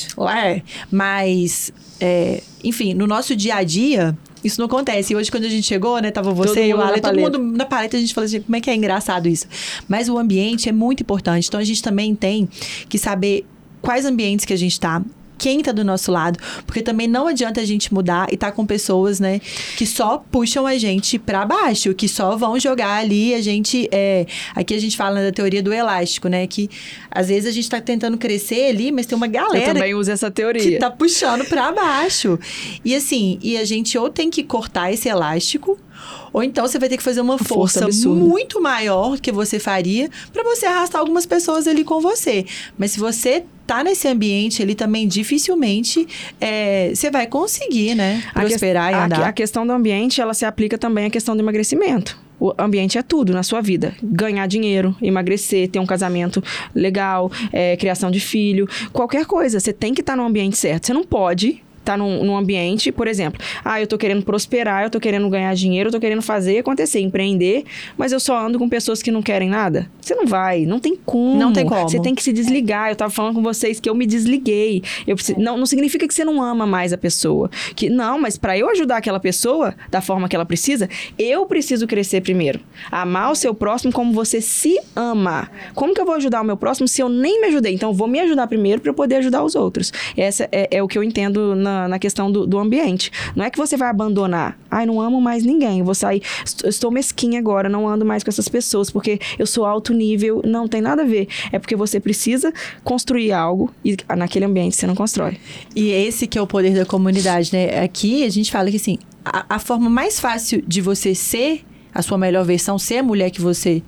Mas, enfim, no nosso dia a dia, isso não acontece. E hoje, quando a gente chegou, né, tava você e o Ale, todo mundo na paleta, a gente falou assim, como é que é engraçado isso? Mas o ambiente é muito importante, então a gente também tem que saber quais ambientes que a gente tá, quem tá do nosso lado. Porque também não adianta a gente mudar e tá com pessoas, né, que só puxam a gente pra baixo, que só vão jogar ali a gente... aqui a gente fala da teoria do elástico, né? Que às vezes a gente tá tentando crescer ali, mas tem uma galera... Eu também uso essa teoria. Que tá puxando pra baixo. E assim, a gente ou tem que cortar esse elástico, ou então você vai ter que fazer uma força absurda, muito maior que você faria pra você arrastar algumas pessoas ali com você. Mas se você tá nesse ambiente ali também, dificilmente você vai conseguir, né? Prosperar e andar. A questão do ambiente, ela se aplica também à questão do emagrecimento. O ambiente é tudo na sua vida. Ganhar dinheiro, emagrecer, ter um casamento legal, criação de filho, qualquer coisa. Você tem que estar no ambiente certo. Você não pode estar num ambiente, por exemplo, eu tô querendo prosperar, eu tô querendo ganhar dinheiro, eu tô querendo fazer acontecer, empreender, mas eu só ando com pessoas que não querem nada. Você não vai, não tem como. Não tem como. Você tem que se desligar. Eu tava falando com vocês que eu me desliguei. Não significa que você não ama mais a pessoa. Mas para eu ajudar aquela pessoa da forma que ela precisa, eu preciso crescer primeiro. Amar o seu próximo como você se ama. Como que eu vou ajudar o meu próximo se eu nem me ajudei? Então, eu vou me ajudar primeiro para eu poder ajudar os outros. Essa é o que eu entendo na questão do ambiente. Não é que você vai abandonar. Não amo mais ninguém. Eu vou sair. Estou mesquinha agora, não ando mais com essas pessoas porque eu sou alto nível. Não tem nada a ver. É porque você precisa construir algo e naquele ambiente você não constrói. E esse que é o poder da comunidade, né? Aqui a gente fala que assim, a forma mais fácil de você ser a sua melhor versão, ser a mulher que você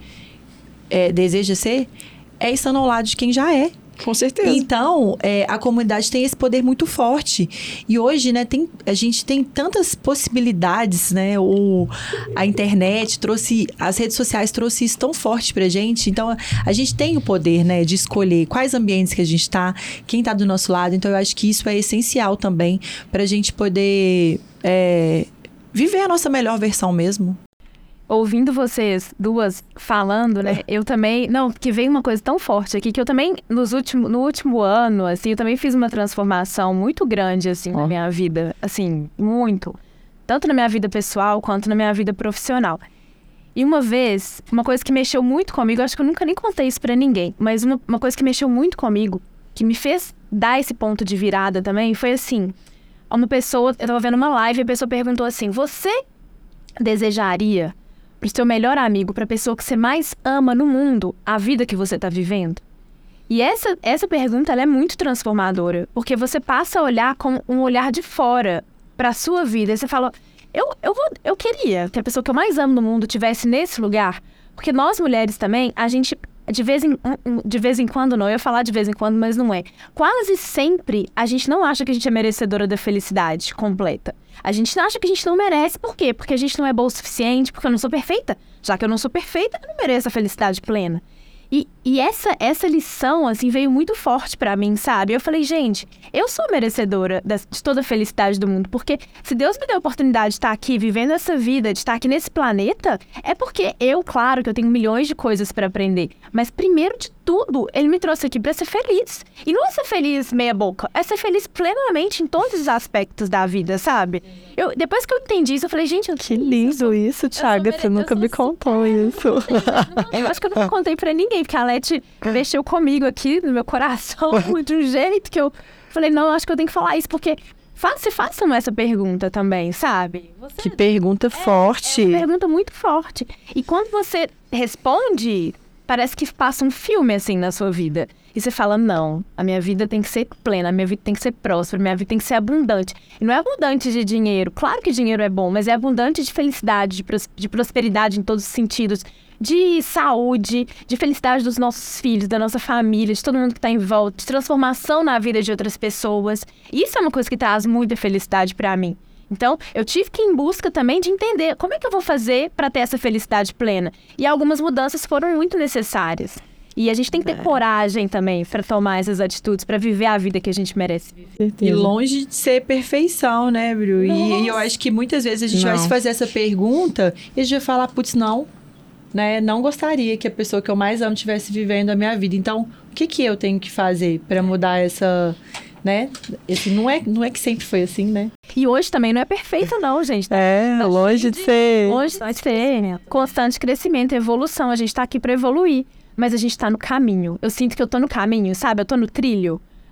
deseja ser, é estando ao lado de quem já é. Com certeza. Então, a comunidade tem esse poder muito forte. E hoje, né, a gente tem tantas possibilidades, né? A internet trouxe, as redes sociais trouxe isso tão forte pra gente. Então, a gente tem o poder, né, de escolher quais ambientes que a gente tá, quem tá do nosso lado. Então, eu acho que isso é essencial também pra gente poder viver a nossa melhor versão mesmo. Ouvindo vocês duas falando, né, eu também... Não, porque veio uma coisa tão forte aqui, que eu também, no último ano, assim, eu também fiz uma transformação muito grande, assim, na minha vida. Assim, muito. Tanto na minha vida pessoal, quanto na minha vida profissional. E uma vez, uma coisa que mexeu muito comigo, acho que eu nunca nem contei isso pra ninguém, mas uma coisa que mexeu muito comigo, que me fez dar esse ponto de virada também, foi assim... Uma pessoa, eu tava vendo uma live e a pessoa perguntou assim, você desejaria... pro seu melhor amigo, pra pessoa que você mais ama no mundo, a vida que você tá vivendo? E essa pergunta, ela é muito transformadora, porque você passa a olhar com um olhar de fora pra sua vida. E você fala, eu queria que a pessoa que eu mais amo no mundo estivesse nesse lugar, porque nós mulheres também, a gente... De vez em quando, não. Eu ia falar de vez em quando, mas não é. Quase sempre, a gente não acha que a gente é merecedora da felicidade completa. A gente acha que a gente não merece. Por quê? Porque a gente não é boa o suficiente, porque eu não sou perfeita. Já que eu não sou perfeita, eu não mereço a felicidade plena. E essa lição, assim, veio muito forte pra mim, sabe? Eu falei, gente, eu sou merecedora de toda a felicidade do mundo, porque se Deus me deu a oportunidade de estar aqui, vivendo essa vida, de estar aqui nesse planeta, é porque claro que eu tenho milhões de coisas pra aprender, mas primeiro de tudo, Ele me trouxe aqui pra ser feliz. E não é ser feliz meia boca, é ser feliz plenamente em todos os aspectos da vida, sabe? Depois que eu entendi isso, eu falei, gente... Que lindo isso, Thiago, você nunca me contou isso. Eu acho que eu nunca contei pra ninguém, porque a Leti mexeu comigo aqui, no meu coração, de um jeito que eu falei, não, eu acho que eu tenho que falar isso, porque façam essa pergunta também, sabe? Que pergunta forte. É uma pergunta muito forte. E quando você responde, parece que passa um filme, assim, na sua vida. E você fala, não, a minha vida tem que ser plena, a minha vida tem que ser próspera, a minha vida tem que ser abundante. E não é abundante de dinheiro, claro que dinheiro é bom, mas é abundante de felicidade, de prosperidade em todos os sentidos, de saúde, de felicidade dos nossos filhos, da nossa família, de todo mundo que está em volta, de transformação na vida de outras pessoas. Isso é uma coisa que traz muita felicidade para mim. Então, eu tive que ir em busca também de entender como é que eu vou fazer para ter essa felicidade plena. E algumas mudanças foram muito necessárias. E a gente tem que ter coragem também para tomar essas atitudes, para viver a vida que a gente merece viver. E longe de ser perfeição, né, Bru? E eu acho que muitas vezes a gente vai se fazer essa pergunta e a gente vai falar, putz, não, né? Não gostaria que a pessoa que eu mais amo estivesse vivendo a minha vida. Então, o que eu tenho que fazer para mudar essa... né? Não é que sempre foi assim, né? E hoje também não é perfeito, não, gente. Longe de ser. Hoje vai ser constante crescimento, evolução. A gente tá aqui pra evoluir, mas a gente tá no caminho. Eu sinto que eu tô no caminho, sabe? Eu tô no trilho.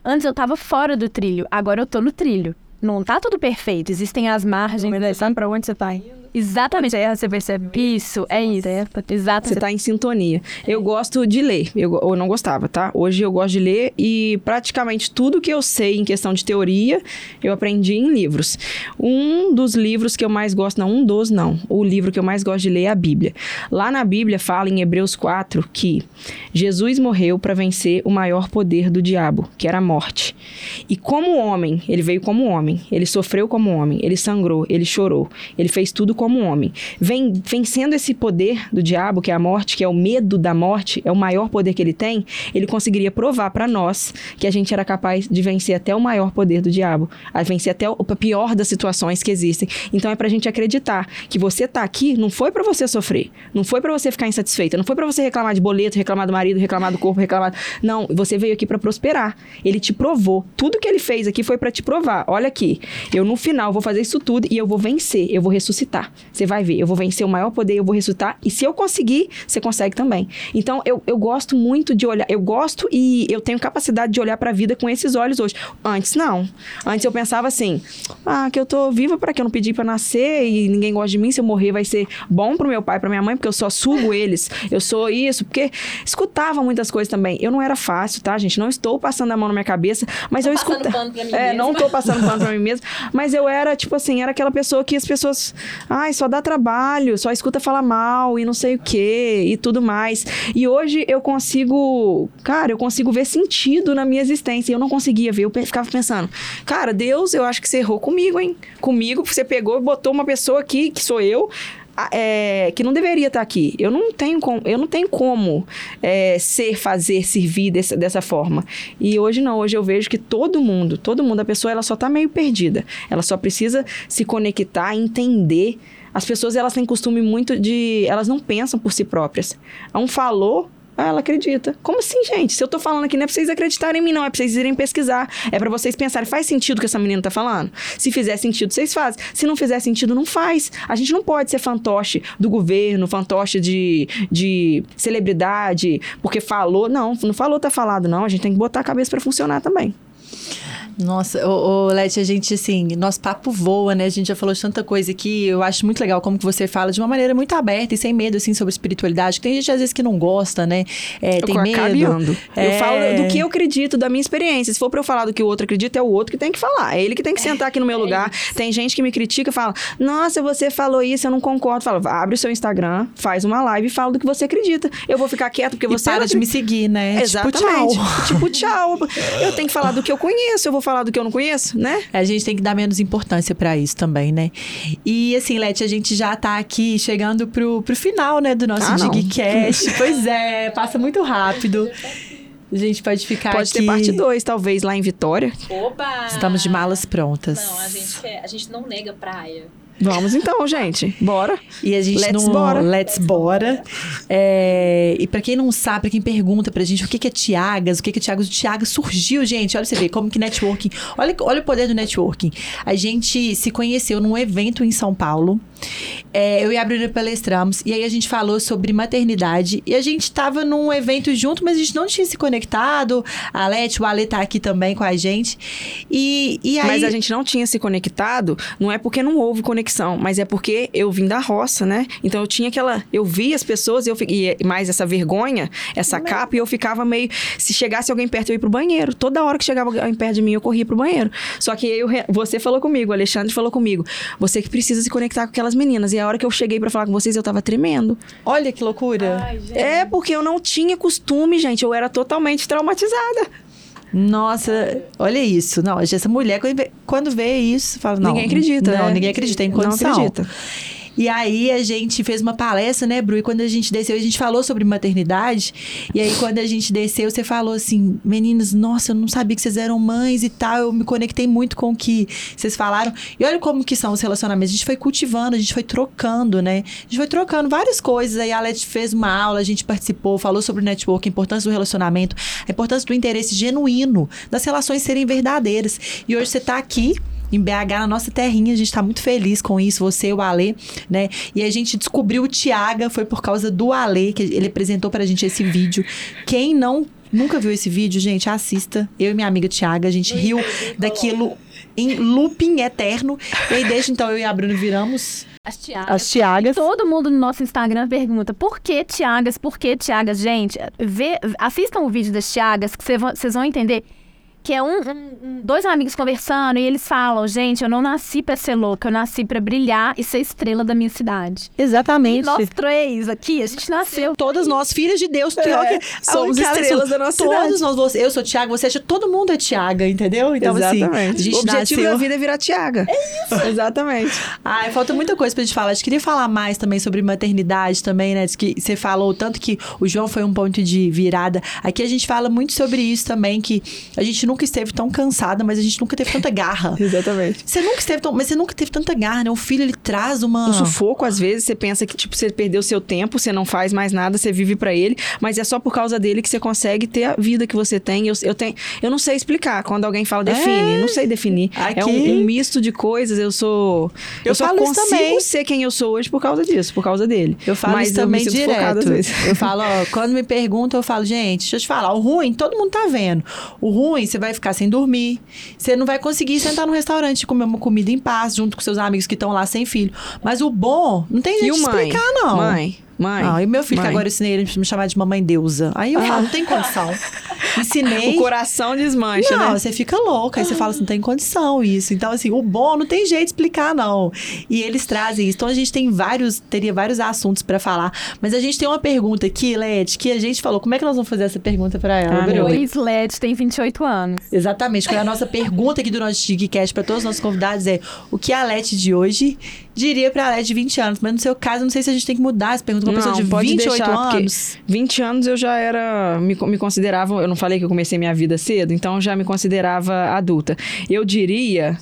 Antes eu tava fora do trilho, agora eu tô no trilho. Não tá tudo perfeito, existem as margens. Mas sabe pra onde você tá indo? Exatamente, aí você percebe. Isso, é isso. Exato. Você tá em sintonia. Eu gosto de ler. Eu não gostava, tá? Hoje eu gosto de ler e praticamente tudo que eu sei em questão de teoria, eu aprendi em livros. Um dos livros que eu mais gosto, não. O livro que eu mais gosto de ler é a Bíblia. Lá na Bíblia fala em Hebreus 4 que Jesus morreu para vencer o maior poder do diabo, que era a morte. E como homem, ele veio como homem, ele sofreu como homem, ele sangrou, ele chorou, ele fez tudo como homem. Vencendo esse poder do diabo, que é a morte, que é o medo da morte, é o maior poder que ele tem, ele conseguiria provar para nós que a gente era capaz de vencer até o maior poder do diabo, a vencer até a pior das situações que existem. Então é pra gente acreditar que você tá aqui, não foi pra você sofrer, não foi pra você ficar insatisfeita, não foi pra você reclamar de boleto, reclamar do marido, reclamar do corpo, reclamar... Não, você veio aqui pra prosperar. Ele te provou. Tudo que ele fez aqui foi pra te provar. Olha aqui, eu no final vou fazer isso tudo e eu vou vencer, eu vou ressuscitar. Você vai ver, eu vou vencer o maior poder, eu vou ressuscitar, e se eu conseguir, você consegue também. Então, eu gosto muito de olhar, eu gosto e eu tenho capacidade de olhar pra vida com esses olhos hoje. Antes, não. Antes eu pensava assim, que eu tô viva para que eu não pedi pra nascer e ninguém gosta de mim, se eu morrer vai ser bom pro meu pai, pra minha mãe, porque eu só sugo eles, eu sou isso, porque escutava muitas coisas também. Eu não era fácil, tá, gente? Não estou passando a mão na minha cabeça, mas eu escutava. Não tô passando pano pra mim mesma, mas eu era, tipo assim, era aquela pessoa que as pessoas, só dá trabalho, só escuta falar mal e não sei o quê e tudo mais. E hoje eu consigo ver sentido na minha existência. E eu não conseguia ver, eu ficava pensando, cara, Deus, eu acho que você errou comigo, hein? Comigo, você pegou e botou uma pessoa aqui, que sou eu, que não deveria estar aqui. Eu não tenho como servir dessa forma. E hoje não, hoje eu vejo que todo mundo, a pessoa, ela só tá meio perdida. Ela só precisa se conectar, entender. As pessoas, elas têm costume muito elas não pensam por si próprias. Um falou, ela acredita. Como assim, gente? Se eu tô falando aqui, não é pra vocês acreditarem em mim, não. É pra vocês irem pesquisar. É pra vocês pensarem, faz sentido o que essa menina tá falando? Se fizer sentido, vocês fazem. Se não fizer sentido, não faz. A gente não pode ser fantoche do governo, fantoche de celebridade, porque falou. Não falou, tá falado, não. A gente tem que botar a cabeça pra funcionar também. Nossa, Leti, a gente, assim, nosso papo voa, né? A gente já falou de tanta coisa aqui. Eu acho muito legal como que você fala de uma maneira muito aberta e sem medo, assim, sobre espiritualidade. Tem gente, às vezes, que não gosta, né? Tem medo. Eu falo do que eu acredito, da minha experiência. Se for pra eu falar do que o outro acredita, é o outro que tem que falar. É ele que tem que sentar aqui no meu lugar. Tem gente que me critica e fala, nossa, você falou isso, eu não concordo. Fala, abre o seu Instagram, faz uma live e fala do que você acredita. Eu vou ficar quieto porque você... para de me seguir, né? Exatamente. Tipo, tchau. Eu tenho que falar do que eu conheço, eu vou falar do que eu não conheço, né? A gente tem que dar menos importância pra isso também, né? E assim, Leti, a gente já tá aqui chegando pro final, né, do nosso Digcast. Pois é, passa muito rápido. A gente pode ficar Pode aqui... ter parte 2, talvez, lá em Vitória. Oba! Estamos de malas prontas. Não, a gente não nega praia. Vamos então, gente. Bora. E a gente Let's bora. E pra quem não sabe, pra quem pergunta pra gente o que é Tiagas, o Tiagas surgiu, gente. Olha pra você ver como que networking... Olha o poder do networking. A gente se conheceu num evento em São Paulo. Eu e a Bruna palestramos. E aí a gente falou sobre maternidade. E a gente tava num evento junto, mas a gente não tinha se conectado. A Leti, o Ale tá aqui também com a gente. E aí... Mas a gente não tinha se conectado, não é porque não houve conexão, mas é porque eu vim da roça, né? Então eu tinha eu via as pessoas, e mais essa vergonha, essa capa, e eu ficava meio... Se chegasse alguém perto, eu ia pro banheiro. Toda hora que chegava alguém perto de mim, eu corria pro banheiro. Só que você falou comigo, o Alexandre falou comigo, você que precisa se conectar com aquelas meninas. E a hora que eu cheguei pra falar com vocês, eu tava tremendo. Olha que loucura. Ai, gente. Porque eu não tinha costume, gente. Eu era totalmente traumatizada. Nossa, olha isso. Não, essa mulher, quando vê isso, fala, não... Ninguém acredita, não, né? Ninguém acredita, tem condição. Não acredita. E aí, a gente fez uma palestra, né, Bru? E quando a gente desceu, a gente falou sobre maternidade. E aí, quando a gente desceu, você falou assim, meninas, nossa, eu não sabia que vocês eram mães e tal. Eu me conectei muito com o que vocês falaram. E olha como que são os relacionamentos. A gente foi cultivando, a gente foi trocando, né? A gente foi trocando várias coisas. Aí a Leti fez uma aula, a gente participou, falou sobre o network, a importância do relacionamento, a importância do interesse genuíno, das relações serem verdadeiras. E hoje você tá aqui em BH, na nossa terrinha. A gente tá muito feliz com isso, você e o Ale, né? E a gente descobriu o Tiaga, foi por causa do Ale, que ele apresentou pra gente esse vídeo. Quem nunca viu esse vídeo, gente, assista. Eu e minha amiga Tiaga, a gente riu daquilo em looping eterno. E aí, desde então, eu e a Bruna viramos... As Tiagas. Todo mundo no nosso Instagram pergunta por que Tiagas, por que Tiagas? Gente, assistam o vídeo das Tiagas que vocês vão entender que é dois amigos conversando e eles falam, gente, eu não nasci pra ser louca, eu nasci pra brilhar e ser estrela da minha cidade. Exatamente. E nós três aqui, a gente nasceu. Todas nós, filhas de Deus, somos estrelas da nossa cidade. Todos nós, eu sou Tiaga, você acha, todo mundo é Tiaga, entendeu? Então, exatamente. Assim, a gente o objetivo nasceu... da vida é virar Tiaga. É isso. Exatamente. Ai, falta muita coisa pra gente falar. A gente queria falar mais também sobre maternidade também, né? Que você falou tanto que o João foi um ponto de virada. Aqui a gente fala muito sobre isso também, que a gente nunca esteve tão cansada, mas a gente nunca teve tanta garra. Exatamente. Mas você nunca teve tanta garra, né? O filho, ele traz uma... Um sufoco, às vezes, você pensa que, tipo, você perdeu seu tempo, você não faz mais nada, você vive pra ele, mas é só por causa dele que você consegue ter a vida que você tem. Eu não sei explicar. Quando alguém fala, define, não sei definir. Aqui... É um misto de coisas, eu só consigo ser quem eu sou hoje por causa disso, por causa dele. Eu falo mas isso também direto. Eu falo, quando me perguntam, eu falo, gente, deixa eu te falar, o ruim, todo mundo tá vendo. O ruim, você vai ficar sem dormir, você não vai conseguir sentar no restaurante e comer uma comida em paz, junto com seus amigos que estão lá sem filho. Mas o bom, não tem jeito de explicar, não. Mãe. E meu filho, que agora eu ensinei ele a me chamar de mamãe deusa. Aí eu falo, não tem condição. Ensinei. O coração desmancha, né? Não, você fica louca. Aí você fala assim, não tem condição isso. Então, assim, o bom não tem jeito de explicar, não. E eles trazem isso. Então, a gente teria vários assuntos pra falar. Mas a gente tem uma pergunta aqui, Leti, que a gente falou. Como é que nós vamos fazer essa pergunta pra ela? Luiz Leti tem 28 anos. Exatamente. A nossa pergunta aqui do nosso Digcast pra todos os nossos convidados é: o que a Leti de hoje diria pra Leti de 20 anos? Mas no seu caso, não sei se a gente tem que mudar essa pergunta. Uma pessoa de 28 anos. 20 anos eu já era... Me considerava... Eu não falei que eu comecei minha vida cedo, então eu já me considerava adulta. Eu diria,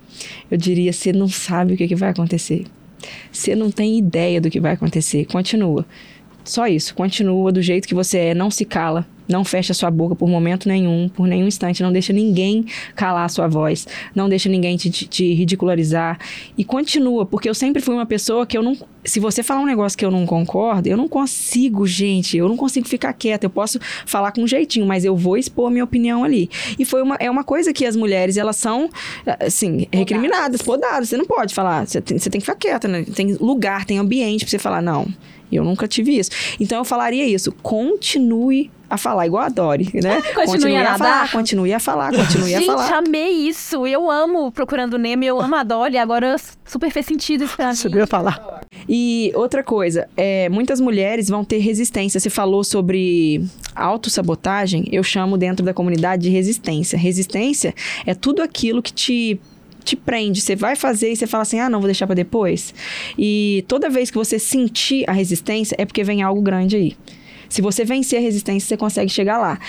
você não sabe o que vai acontecer. Você não tem ideia do que vai acontecer. Continua. Só isso. Continua do jeito que você é. Não se cala. Não fecha sua boca por momento nenhum, por nenhum instante. Não deixa ninguém calar a sua voz. Não deixa ninguém te ridicularizar. E continua, porque eu sempre fui uma pessoa que eu não... Se você falar um negócio que eu não concordo, eu não consigo, gente. Eu não consigo ficar quieta. Eu posso falar com um jeitinho, mas eu vou expor a minha opinião ali. E é uma coisa que as mulheres, elas são, assim, recriminadas, podadas. Você não pode falar. Você tem que ficar quieta, né? Tem lugar, tem ambiente pra você falar, não. Eu nunca tive isso. Então, eu falaria isso. Continue a falar, igual a Dory, né? Continue a falar, continue a falar, continue a falar. Gente, amei isso. Eu amo Procurando Nemo, eu amo a Dory. Agora super fez sentido isso pra mim. Você ia falar. E outra coisa, muitas mulheres vão ter resistência. Você falou sobre autossabotagem, eu chamo dentro da comunidade de resistência. Resistência é tudo aquilo que te prende, você vai fazer e você fala assim, não, vou deixar pra depois. E toda vez que você sentir a resistência, é porque vem algo grande aí. Se você vencer a resistência, você consegue chegar lá.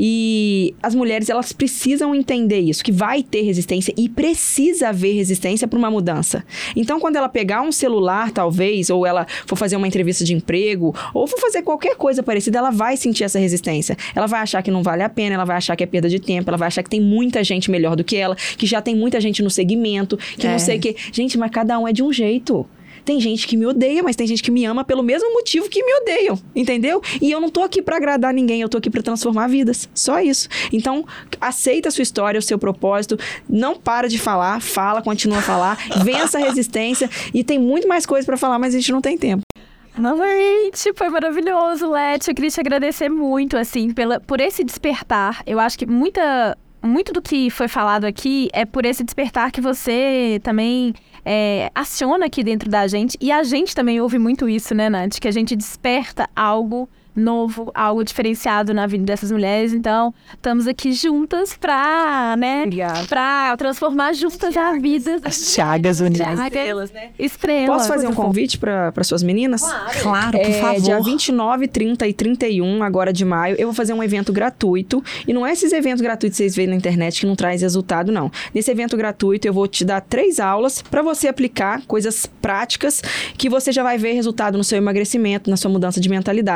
E as mulheres, elas precisam entender isso, que vai ter resistência e precisa haver resistência para uma mudança. Então, quando ela pegar um celular, talvez, ou ela for fazer uma entrevista de emprego, ou for fazer qualquer coisa parecida, ela vai sentir essa resistência. Ela vai achar que não vale a pena, ela vai achar que é perda de tempo, ela vai achar que tem muita gente melhor do que ela, que já tem muita gente no segmento, que não sei o quê. Gente, mas cada um é de um jeito. Tem gente que me odeia, mas tem gente que me ama pelo mesmo motivo que me odeiam, entendeu? E eu não tô aqui pra agradar ninguém, eu tô aqui pra transformar vidas. Só isso. Então, aceita a sua história, o seu propósito, não para de falar, continua a falar, vença a resistência e tem muito mais coisa pra falar, mas a gente não tem tempo. Novamente, foi maravilhoso, Leti. Eu queria te agradecer muito, assim, por esse despertar. Eu acho que muito do que foi falado aqui é por esse despertar que você também aciona aqui dentro da gente. E a gente também ouve muito isso, né, Nath? Que a gente desperta algo novo, algo diferenciado na vida dessas mulheres. Então, estamos aqui juntas pra, né? Obrigada. Pra transformar juntas a vida As Tiagas unidas. Estrelas, né? Estrelas. Posso fazer um convite para suas meninas? Claro, por favor. Dia 29, 30 e 31, agora de maio, eu vou fazer um evento gratuito. E não é esses eventos gratuitos que vocês veem na internet que não traz resultado, não. Nesse evento gratuito, eu vou te dar 3 aulas para você aplicar coisas práticas que você já vai ver resultado no seu emagrecimento, na sua mudança de mentalidade. Então,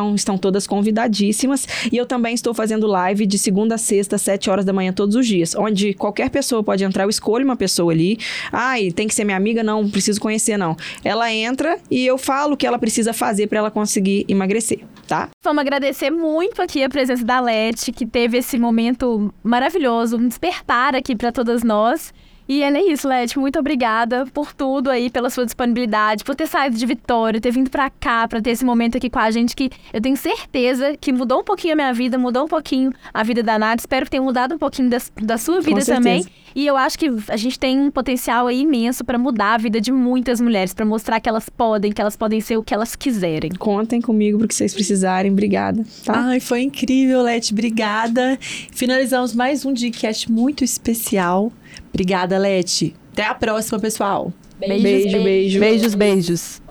Então, estão todas convidadíssimas. E eu também estou fazendo live de segunda a sexta, às 7 horas da manhã, todos os dias. Onde qualquer pessoa pode entrar, eu escolho uma pessoa ali. Ai, tem que ser minha amiga? Não, preciso conhecer, não. Ela entra e eu falo o que ela precisa fazer para ela conseguir emagrecer, tá? Vamos agradecer muito aqui a presença da Leti, que teve esse momento maravilhoso, um despertar aqui para todas nós. E é isso, Leti, muito obrigada por tudo aí, pela sua disponibilidade, por ter saído de Vitória, ter vindo pra cá, pra ter esse momento aqui com a gente, que eu tenho certeza que mudou um pouquinho a minha vida, mudou um pouquinho a vida da Nath, espero que tenha mudado um pouquinho da sua vida também. E eu acho que a gente tem um potencial aí imenso pra mudar a vida de muitas mulheres, pra mostrar que elas podem ser o que elas quiserem. Contem comigo pro que vocês precisarem, obrigada. Tá? Ai, foi incrível, Leti, obrigada. Finalizamos mais um Digcast muito especial. Obrigada, Leti. Até a próxima, pessoal. Beijo. Beijos.